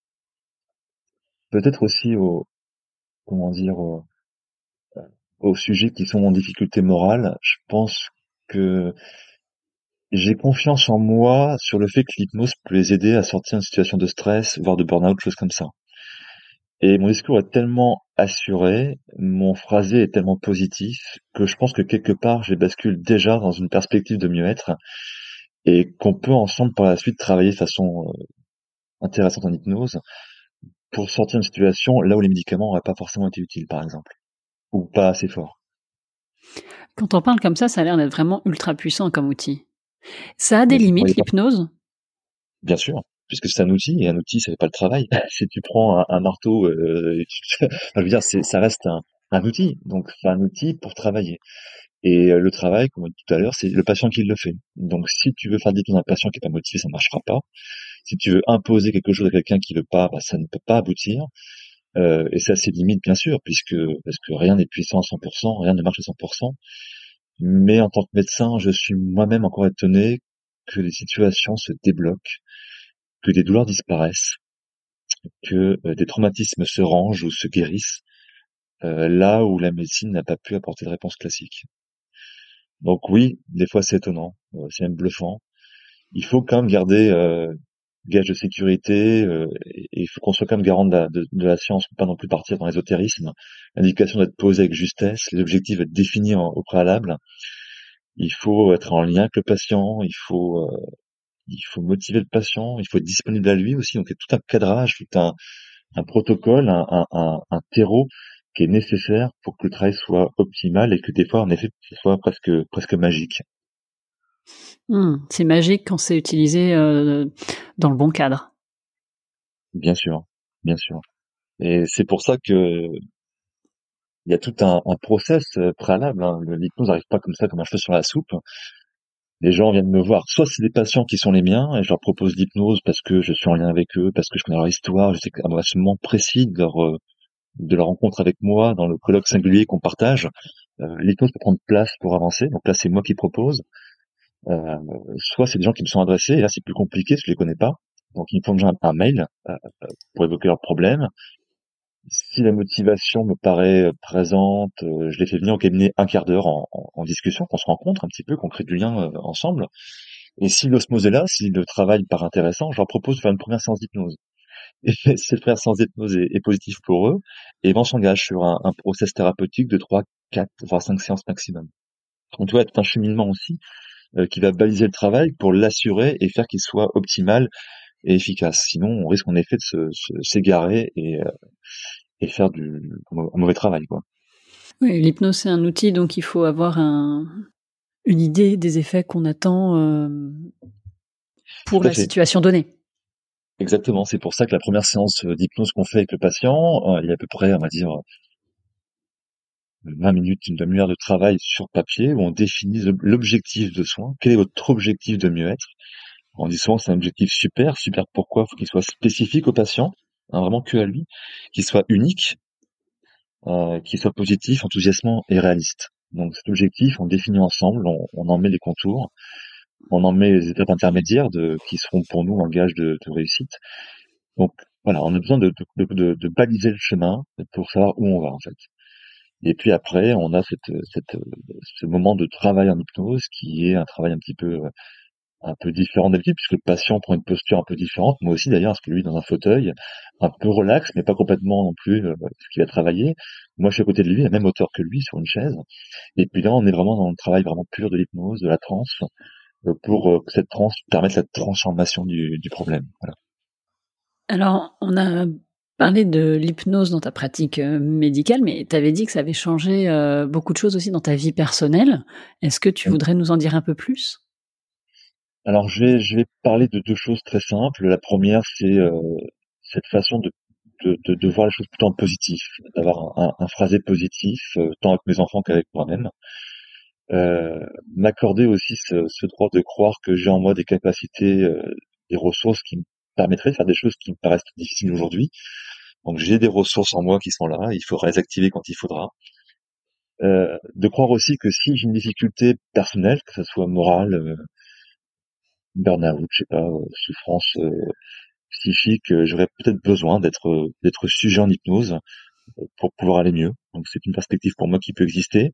S2: peut-être aussi au comment dire au- aux sujets qui sont en difficulté morale, je pense que j'ai confiance en moi sur le fait que l'hypnose peut les aider à sortir d'une situation de stress, voire de burn-out, choses comme ça. Et mon discours est tellement assuré, mon phrasé est tellement positif, que je pense que quelque part, je bascule déjà dans une perspective de mieux-être, et qu'on peut ensemble par la suite travailler de façon euh, intéressante en hypnose pour sortir d'une situation là où les médicaments n'auraient pas forcément été utiles, par exemple, ou pas assez forts.
S1: Quand on parle comme ça, ça a l'air d'être vraiment ultra puissant comme outil. Ça a des
S2: Mais vous ne croyez
S1: limites,
S2: pas?
S1: l'hypnose?
S2: Bien sûr, puisque c'est un outil, et un outil, ça fait pas le travail. Si tu prends un, un marteau, euh, et tu- enfin, je veux dire, c'est, ça reste un, un outil, donc c'est un outil pour travailler. Et euh, le travail, comme on dit tout à l'heure, c'est le patient qui le fait. Donc si tu veux faire dire à un patient qui est pas motivé, ça ne marchera pas. Si tu veux imposer quelque chose à quelqu'un qui veut pas, bah, ça ne peut pas aboutir. Euh, et ça, c'est limite, bien sûr, puisque parce que rien n'est puissant à cent pour cent, rien ne marche à cent pour cent. Mais en tant que médecin, je suis moi-même encore étonné que les situations se débloquent, que des douleurs disparaissent, que euh, des traumatismes se rangent ou se guérissent, euh, là où la médecine n'a pas pu apporter de réponse classique. Donc oui, des fois c'est étonnant, euh, c'est même bluffant. Il faut quand même garder euh, gage de sécurité, euh, et il faut qu'on soit quand même garant de la, de, de la science, pas non plus partir dans l'ésotérisme. L'indication doit être posée avec justesse, les objectifs doivent être définis en- au préalable. Il faut être en lien avec le patient, il faut euh, il faut motiver le patient, il faut être disponible à lui aussi. Donc il y a tout un cadrage, tout un, un protocole, un, un, un, un terreau qui est nécessaire pour que le travail soit optimal et que des fois, en effet, ce soit presque presque magique.
S1: Mmh, c'est magique quand c'est utilisé euh, dans le bon cadre.
S2: bien sûr, bien sûr. Et c'est pour ça que il y a tout un, un process euh, préalable. Hein. Le- L'hypnose n'arrive pas comme ça, comme un cheveu sur la soupe. Les gens viennent me voir. Soit c'est des patients qui sont les miens et je leur propose l'hypnose parce que je suis en lien avec eux, parce que je connais leur histoire, je sais qu'à un moment précis de leur euh, de leur rencontre avec moi dans le colloque singulier qu'on partage. Euh, l'hypnose peut prendre place pour avancer. Donc là, c'est moi qui propose. Euh, Soit c'est des gens qui me sont adressés et là c'est plus compliqué, je les connais pas. Donc ils me font déjà un, un mail euh, pour évoquer leurs problèmes. Si la motivation me paraît euh, présente, euh, je les fais venir au cabinet un quart d'heure en, en- en discussion, qu'on se rencontre un petit peu, qu'on crée du lien euh, ensemble. Et si l'osmose est là, si le travail paraît intéressant, je leur propose de faire une première séance d'hypnose. Et si cette première séance d'hypnose est, est positive pour eux, et ben on s'engage sur un, un process thérapeutique de trois, quatre, voire cinq séances maximum. Donc tu vois, tout un cheminement aussi euh, qui va baliser le travail pour l'assurer et faire qu'il soit optimal et efficace. Sinon, on risque en effet de se, se- s'égarer et, euh, et faire du un mauvais travail, quoi.
S1: Oui, l'hypnose, c'est un outil, donc il faut avoir un une idée des effets qu'on attend, hem, pour
S2: Tout à
S1: la
S2: fait.
S1: situation donnée.
S2: Exactement. C'est pour ça que la première séance euh, d'hypnose qu'on fait avec le patient, euh, il y a à peu près, on va dire, vingt minutes, une demi-heure de travail sur papier où on définit l'objectif de soin. Quel est votre objectif de mieux-être? On dit souvent que c'est un objectif super. Super pourquoi? Il faut qu'il soit spécifique au patient, hein, vraiment que à lui, qu'il soit unique, euh, qu'il soit positif, enthousiasmant et réaliste. Donc cet objectif, on le définit ensemble, on, on en met les contours, on en met les étapes intermédiaires de, qui seront pour nous un gage de, de réussite. Donc voilà, on a besoin de, de, de, de baliser le chemin pour savoir où on va en fait. Et puis après, on a cette, cette, ce moment de travail en hypnose qui est un travail un petit peu, un peu différent d'habitude, puisque le patient prend une posture un peu différente. Moi aussi d'ailleurs, parce que lui dans un fauteuil, un peu relax, mais pas complètement non plus euh, ce qu'il a travaillé. Moi, je suis à côté de lui, à la même hauteur que lui, sur une chaise. Et puis là, on est vraiment dans le travail vraiment pur de l'hypnose, de la transe, euh, pour euh, que cette transe permette la transformation du, du problème. Voilà.
S1: Alors, on a parlé de l'hypnose dans ta pratique, heu, médicale, mais tu avais dit que ça avait changé, heu, beaucoup de choses aussi dans ta vie personnelle. Est-ce que tu voudrais nous en dire un peu plus?
S2: Alors, je vais, je vais parler de deux choses très simples. La première, c'est euh, cette façon de, de, de, de voir les choses plutôt en positif, d'avoir un, un, un phrasé positif, euh, tant avec mes enfants qu'avec moi-même. Euh, M'accorder aussi ce, ce droit de croire que j'ai en moi des capacités, euh, des ressources qui me permettraient de faire des choses qui me paraissent difficiles aujourd'hui. Donc, j'ai des ressources en moi qui sont là, il faudra les activer quand il faudra. Euh, de croire aussi que si j'ai une difficulté personnelle, que ce soit morale, euh, burn-out, je sais pas, euh, souffrance euh, psychique, euh, j'aurais peut-être besoin d'être euh, d'être sujet en hypnose euh, pour pouvoir aller mieux. Donc c'est une perspective pour moi qui peut exister.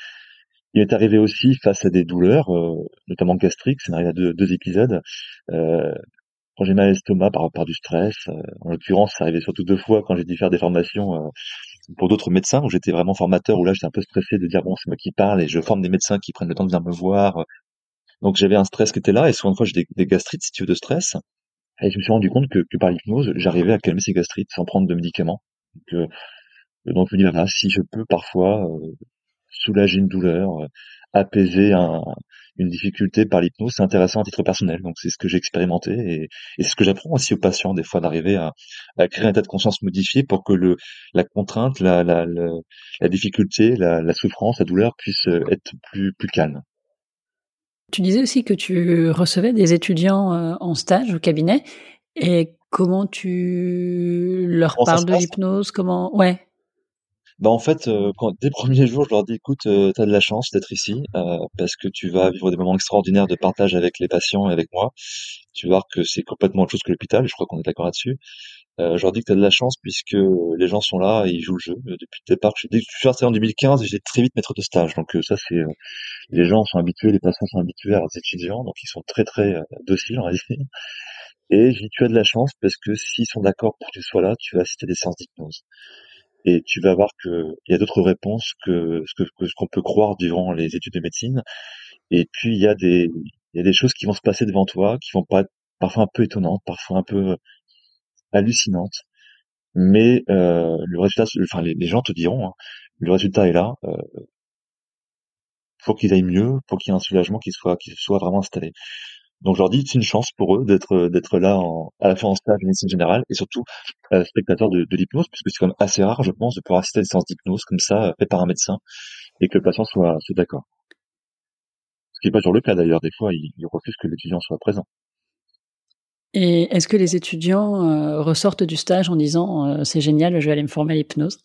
S2: Il est arrivé aussi face à des douleurs, euh, notamment gastriques, ça m'arrive à deux, deux épisodes. Euh, Quand j'ai mal à l'estomac par, par du stress, euh, en l'occurrence, ça arrivait surtout deux fois quand j'ai dû faire des formations euh, pour d'autres médecins où j'étais vraiment formateur, où là j'étais un peu stressé de dire bon c'est moi qui parle et je forme des médecins qui prennent le temps de venir me voir. Donc j'avais un stress qui était là et souvent une fois j'ai des, des gastrites si tu veux de stress. Et je me suis rendu compte que, que par l'hypnose, j'arrivais à calmer ces gastrites sans prendre de médicaments. Donc, euh, donc je me dis, voilà, si je peux parfois euh, soulager une douleur, euh, apaiser un, une difficulté par l'hypnose, c'est intéressant à titre personnel. Donc c'est ce que j'ai expérimenté et, et c'est ce que j'apprends aussi aux patients des fois d'arriver à, à créer un état de conscience modifié pour que le, la contrainte, la, la, la, la difficulté, la, la souffrance, la douleur puisse euh, être plus, plus calme.
S1: Tu disais aussi que tu recevais des étudiants, heu, en stage au cabinet et comment tu leur
S2: Comment ça se
S1: parles de
S2: passe?
S1: l'hypnose? Comment ouais.
S2: Bah, en fait, heu, quand dès le premier jour, je leur dis: «Écoute, heu, tu as de la chance d'être ici, heu, parce que tu vas vivre des moments extraordinaires de partage avec les patients et avec moi. Tu vas voir que c'est complètement autre chose que l'hôpital», je crois qu'on est d'accord là-dessus. Heu, je leur dis que tu as de la chance puisque les gens sont là et ils jouent le jeu. Heu, depuis le départ, je dès que je suis installé en deux mille quinze, j'étais très vite maître de stage, donc heu, ça c'est, heu, les gens sont habitués, les patients sont habitués à leurs étudiants, donc ils sont très, très, heu, dociles, on va dire. Et je dis: «Tu as de la chance parce que s'ils sont d'accord pour que tu sois là, tu vas assister à des séances d'hypnose». Et tu vas voir que il y a d'autres réponses que ce que, que ce qu'on peut croire durant les études de médecine. Et puis il y a des il y a des choses qui vont se passer devant toi, qui vont pas être parfois un peu étonnantes, parfois un peu hallucinantes. Mais euh, le résultat, enfin les, les gens te diront, hein, le résultat est là. Euh, faut qu'ils aillent mieux, faut qu'il y ait un soulagement qui soit qui soit vraiment installé. Donc je leur dis, c'est une chance pour eux d'être d'être là en, à la fois en stage de médecine générale et surtout euh, spectateur de, de l'hypnose, puisque c'est quand même assez rare, je pense, de pouvoir assister à des séances d'hypnose comme ça, euh, fait par un médecin, et que le patient soit, soit d'accord. Ce qui n'est pas toujours le cas d'ailleurs, des fois, ils, ils refusent que l'étudiant soit présent.
S1: Et est-ce que les étudiants euh, ressortent du stage en disant euh, c'est génial, je vais aller me former à l'hypnose?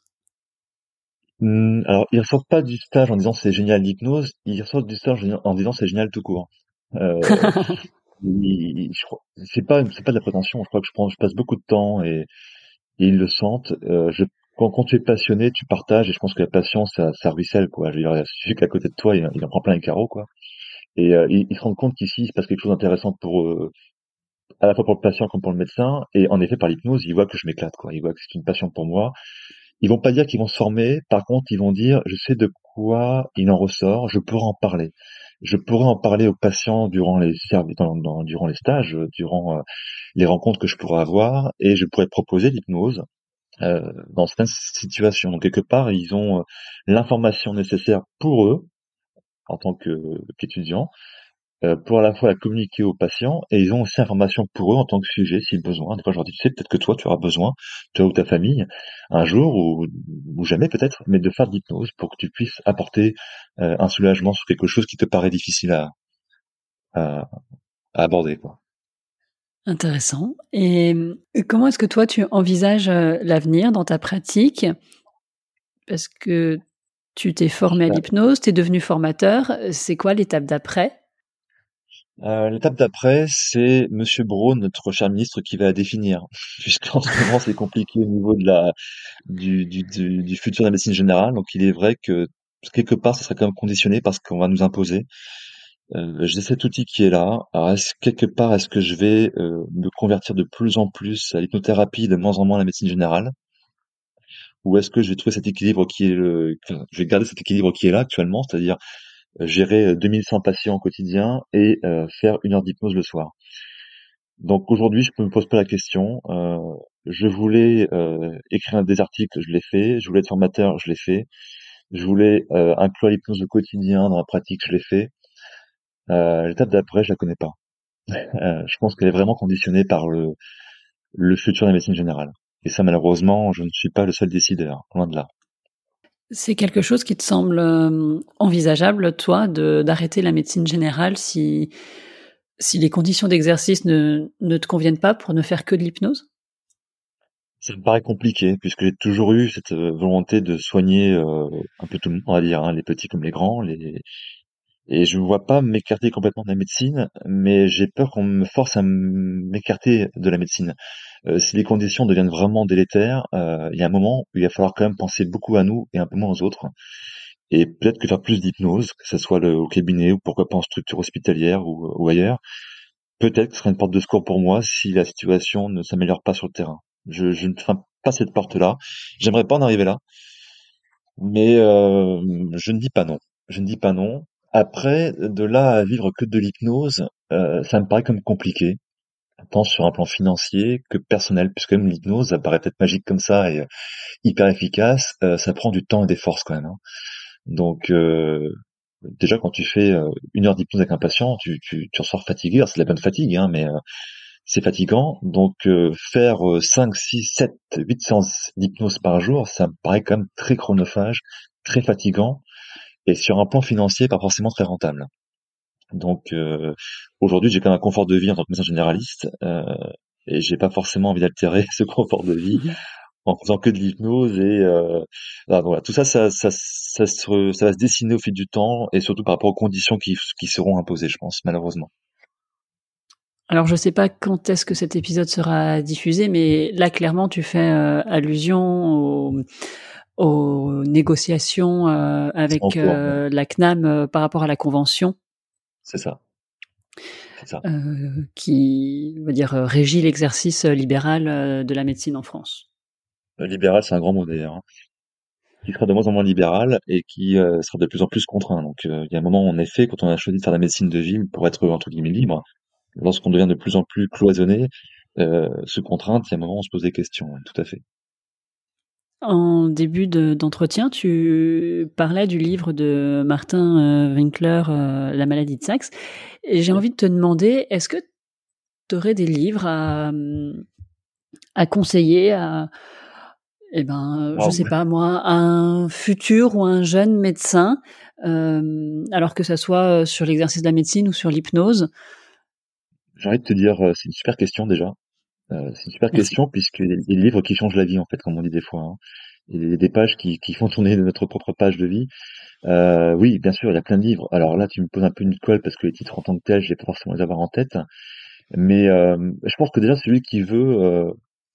S2: Hum, alors, ils ressortent pas du stage en disant c'est génial l'hypnose, ils ressortent du stage en disant c'est génial tout court. Euh, ils- je crois- c'est pas, c'est pas de la prétention, je crois que je prends, je passe beaucoup de temps et, et ils le sentent. Euh, je, quand, quand tu es passionné, tu partages et je pense que la passion, ça, ça ruisselle, quoi. Je veux dire, il suffit qu'à côté de toi, il, il en prend plein les carreaux, quoi. Et euh, ils, ils se rendent compte qu'ici, il se passe quelque chose d'intéressant pour eux, à la fois pour le patient comme pour le médecin. Et en effet, par l'hypnose, ils voient que je m'éclate, quoi. Ils voient que c'est une passion pour moi. Ils vont pas dire qu'ils vont se former. Par contre, ils vont dire, je sais de quoi il en ressort. Je pourrais en parler. Je pourrais en parler aux patients durant les services, dans- dans- durant les stages, euh, durant euh, les rencontres que je pourrais avoir, et je pourrais proposer l'hypnose euh, dans certaines situations. Donc quelque part, ils ont euh, l'information nécessaire pour eux en tant que qu'étudiants euh, pour à la fois la communiquer aux patients, et ils ont aussi l'information pour eux en tant que sujet, si besoin. Des fois, je leur dis, tu sais, peut-être que toi, tu auras besoin, toi ou ta famille, un jour, ou, ou jamais peut-être, mais de faire de l'hypnose pour que tu puisses apporter euh, un soulagement sur quelque chose qui te paraît difficile à, à, à aborder, quoi.
S1: Intéressant. Et euh, comment est-ce que toi, tu envisages euh, l'avenir dans ta pratique? Parce que tu t'es formé à l'hypnose, tu es devenu formateur. C'est quoi l'étape d'après?
S2: Euh, l'étape d'après, c'est Monsieur Braun, notre cher ministre, qui va définir, puisqu'en ce moment c'est compliqué au niveau de la du, du, du, du futur de la médecine générale. Donc il est vrai que quelque part, ça serait quand même conditionné parce qu'on va nous imposer. Euh, j'ai cet outil qui est là. Alors est-ce quelque part, est-ce que je vais euh, me convertir de plus en plus à l'hypnothérapie, de moins en moins à la médecine générale, ou est-ce que je vais trouver cet équilibre qui est le, enfin, je vais garder cet équilibre qui est là actuellement, c'est-à-dire euh, gérer euh, deux mille cent patients au quotidien et euh, faire une heure d'hypnose le soir. Donc aujourd'hui, je ne me pose pas la question. Euh, je voulais euh, écrire des articles, je l'ai fait. Je voulais être formateur, je l'ai fait. Je voulais euh, inclure l'hypnose au quotidien dans la pratique, je l'ai fait. Euh, l'étape d'après, je la connais pas. Euh, je pense qu'elle est vraiment conditionnée par le, le futur de la médecine générale. Et ça, malheureusement, je ne suis pas le seul décideur, loin de là.
S1: C'est quelque chose qui te semble euh, envisageable, toi, de d'arrêter la médecine générale si si les conditions d'exercice ne ne te conviennent pas pour ne faire que de l'hypnose?
S2: Ça me paraît compliqué, puisque j'ai toujours eu cette euh, volonté de soigner euh, un peu tout le monde, on va dire, hein, les petits comme les grands, les, et je ne vois pas m'écarter complètement de la médecine, mais j'ai peur qu'on me force à m'écarter de la médecine. Euh, si les conditions deviennent vraiment délétères, euh, il y a un moment où il va falloir quand même penser beaucoup à nous et un peu moins aux autres. Et peut-être que faire plus d'hypnose, que ce soit le, au cabinet ou pourquoi pas en structure hospitalière ou, ou ailleurs, peut-être que ce serait une porte de secours pour moi si la situation ne s'améliore pas sur le terrain. Je, je ne ferme pas cette porte-là. J'aimerais pas en arriver là, mais euh, je ne dis pas non. Je ne dis pas non. Après, de là à vivre que de l'hypnose, euh, ça me paraît comme compliqué, tant sur un plan financier que personnel, puisque même l'hypnose, ça paraît peut-être magique comme ça et euh, hyper efficace, euh, ça prend du temps et des forces quand même, hein. Donc euh, déjà quand tu fais euh, une heure d'hypnose avec un patient, tu, tu, tu ressors fatigué. Alors, c'est de la bonne fatigue, hein, mais euh, c'est fatigant. Donc euh, faire euh, cinq, six, sept, huit séances d'hypnose par jour, ça me paraît quand même très chronophage, très fatigant, et sur un plan financier, pas forcément très rentable. Donc euh, aujourd'hui, j'ai quand même un confort de vie en tant que médecin généraliste, euh, et j'ai pas forcément envie d'altérer ce confort de vie en faisant que de l'hypnose. Et euh, voilà, donc voilà, tout ça, ça, ça, ça, se, ça va se dessiner au fil du temps, et surtout par rapport aux conditions qui, qui seront imposées, je pense, malheureusement.
S1: Alors je sais pas quand est-ce que cet épisode sera diffusé, mais là clairement tu fais euh, allusion aux, aux négociations euh,
S2: C'est en
S1: avec
S2: cours, ouais.
S1: euh, la C N A M euh, par rapport à la convention
S2: C'est ça, c'est ça.
S1: euh, qui, on va dire, euh, régit l'exercice libéral euh, de la médecine en France.
S2: Le libéral, c'est un grand mot d'ailleurs, hein, qui sera de moins en moins libéral et qui euh, sera de plus en plus contraint. Donc euh, il y a un moment, en effet, quand on a choisi de faire la médecine de ville pour être entre guillemets libre, lorsqu'on devient de plus en plus cloisonné, euh, sous contrainte, il y a un moment où on se pose des questions, ouais, tout à fait.
S1: En début de, d'entretien, tu parlais du livre de Martin euh, Winkler, euh, La maladie de Saxe. Et j'ai envie de te demander, est-ce que tu aurais des livres à, à conseiller à, eh ben, je
S2: Waouh.
S1: sais pas moi, à un futur ou un jeune médecin, euh, alors que ça soit sur l'exercice de la médecine ou sur l'hypnose?
S2: J'ai envie de te dire, euh, c'est une super question déjà. Euh, c'est une super
S1: Merci.
S2: question puisqu'il y a des livres qui changent la vie en fait, comme on dit des fois, hein. Il y a des pages qui, qui font tourner notre propre page de vie. Euh, oui, bien sûr, il y a plein de livres. Alors là, tu me poses un peu une colle parce que les titres en tant que tels, je vais pas forcément les avoir en tête. Mais euh, je pense que déjà celui qui veut, euh,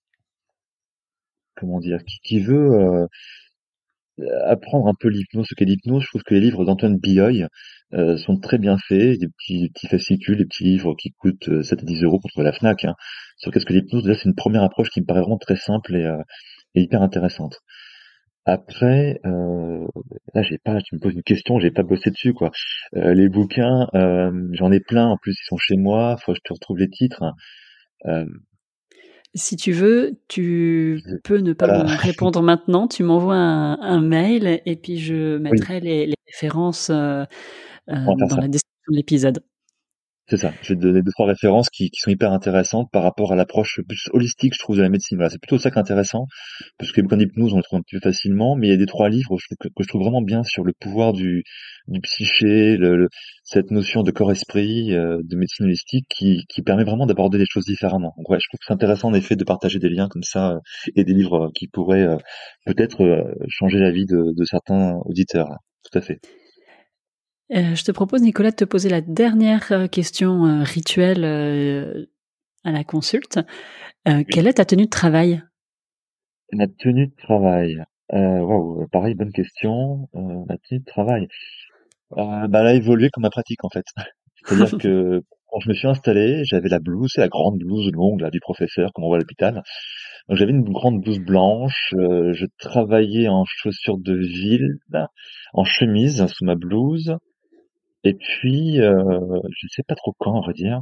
S2: comment dire, qui, qui veut euh, apprendre un peu l'hypnose, ce qu'est l'hypnose, je trouve que les livres d'Antoine Bioy euh, sont très bien faits, des petits, petits fascicules, des petits livres qui coûtent euh, sept à dix euros contre la Fnac, hein. Sur qu'est-ce que l'hypnose, déjà c'est une première approche qui me paraît vraiment très simple et, euh, et hyper intéressante. Après, euh, là j'ai pas, tu me poses une question, j'ai pas bossé dessus quoi. Euh, les bouquins, euh, j'en ai plein, en plus ils sont chez moi, faut que je te retrouve les titres. Euh,
S1: Si tu veux, tu peux ne pas
S2: voilà,
S1: me répondre maintenant. Tu m'envoies un, un mail et puis je
S2: oui,
S1: mettrai les, les références euh, euh,
S2: on va faire
S1: dans
S2: ça.
S1: la description de l'épisode.
S2: C'est ça. Je vais te donner deux, trois références qui, qui sont hyper intéressantes par rapport à l'approche plus holistique, je trouve, de la médecine. Voilà, c'est plutôt ça qui est intéressant, parce que les bouquins d'hypnose, on les trouve un petit peu facilement, mais il y a des trois livres je trouve que, que je trouve vraiment bien sur le pouvoir du, du psyché, le, le- cette notion de corps-esprit, euh, de médecine holistique, qui, qui permet vraiment d'aborder les choses différemment. Donc ouais, je trouve que c'est intéressant en effet de partager des liens comme ça euh, et des livres euh, qui pourraient euh, peut-être euh, changer la vie de, de certains auditeurs. Là. Tout à fait.
S1: Euh, je te propose, Nicolas, de te poser la dernière euh, question euh, rituelle euh, à la consulte. Euh,
S2: Oui.
S1: quelle est ta tenue de travail?
S2: La tenue de travail. Euh, waouh, pareil, bonne question. Euh, la tenue de travail. Euh, bah, elle a évolué comme ma pratique en fait. C'est-à-dire que quand je me suis installé, j'avais la blouse, c'est la grande blouse longue là, du professeur, comme on voit à l'hôpital. Donc j'avais une grande blouse blanche. Euh, je travaillais en chaussures de ville, en chemise sous ma blouse. Et puis, euh, je sais pas trop quand, on va dire.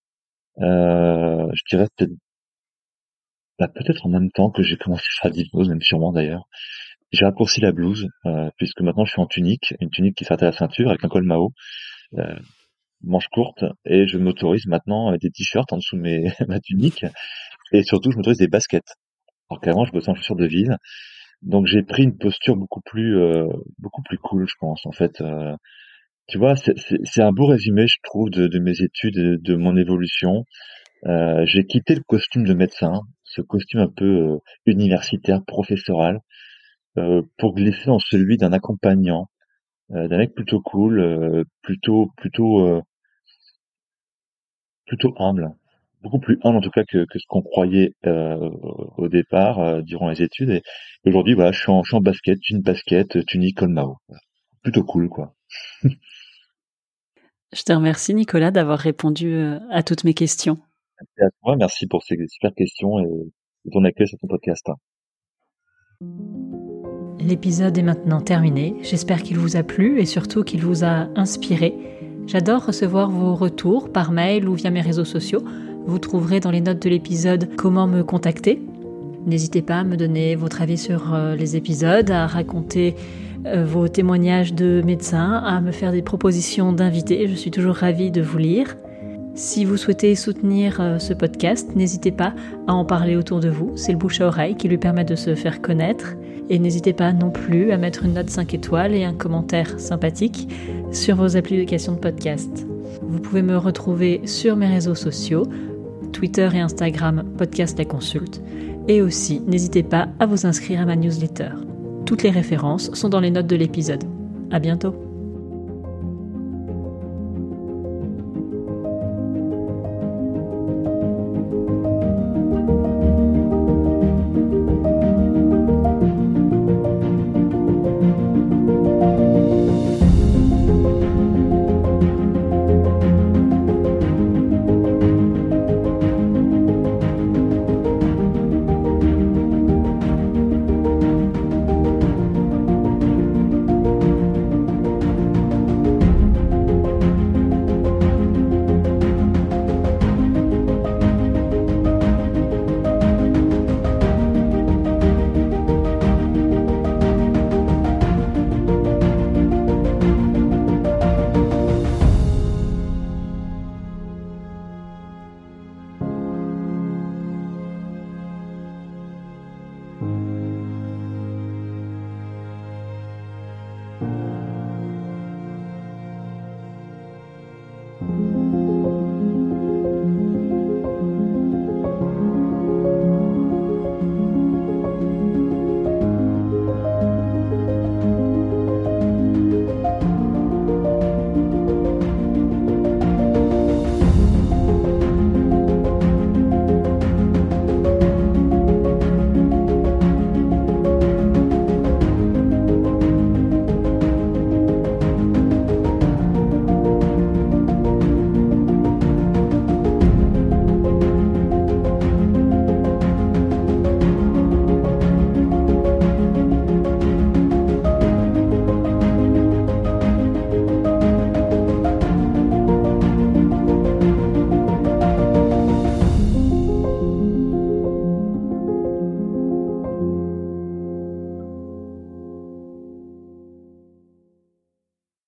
S2: Euh, je dirais peut-être, bah, peut-être en même temps que j'ai commencé à faire de l'hypnose, même sûrement d'ailleurs. J'ai raccourci la blouse, euh, puisque maintenant je suis en tunique, une tunique qui s'arrête à la ceinture avec un col Mao, euh, manches courtes, et je m'autorise maintenant euh, des t-shirts en dessous de mes, ma tunique, et surtout je m'autorise des baskets. Alors qu'avant je bossais en chaussures de ville, donc j'ai pris une posture beaucoup plus, euh, beaucoup plus cool, je pense. En fait, euh, tu vois, c'est c'est- c'est un beau résumé, je trouve, de, de mes études, et de mon évolution. Euh, j'ai quitté le costume de médecin, ce costume un peu euh, universitaire, professoral, euh, pour glisser dans celui d'un accompagnant. Heu, d'un mec plutôt cool, heu, plutôt plutôt, heu, plutôt humble. Beaucoup plus humble en tout cas que que ce qu'on croyait, heu, au départ, heu, durant les études et aujourd'hui voilà, je suis en je suis en basket, jean basket, heu, tunique col Mao. Voilà. Plutôt cool quoi.
S1: Je te remercie, Nicolas, d'avoir répondu euh, à toutes mes questions.
S2: Et à toi, merci pour ces super questions et ton accueil sur ton podcast.
S1: L'épisode est maintenant terminé. J'espère qu'il vous a plu et surtout qu'il vous a inspiré. J'adore recevoir vos retours par mail ou via mes réseaux sociaux. Vous trouverez dans les notes de l'épisode comment me contacter. N'hésitez pas à me donner votre avis sur euh, les épisodes, à raconter euh, vos témoignages de médecins, à me faire des propositions d'invités. Je suis toujours ravie de vous lire. Si vous souhaitez soutenir euh, ce podcast, n'hésitez pas à en parler autour de vous. C'est le bouche à oreille qui lui permet de se faire connaître. Et n'hésitez pas non plus à mettre une note cinq étoiles et un commentaire sympathique sur vos applications de podcast. Vous pouvez me retrouver sur mes réseaux sociaux, Twitter et Instagram, Podcast La Consulte. Et aussi, n'hésitez pas à vous inscrire à ma newsletter. Toutes les références sont dans les notes de l'épisode. À bientôt!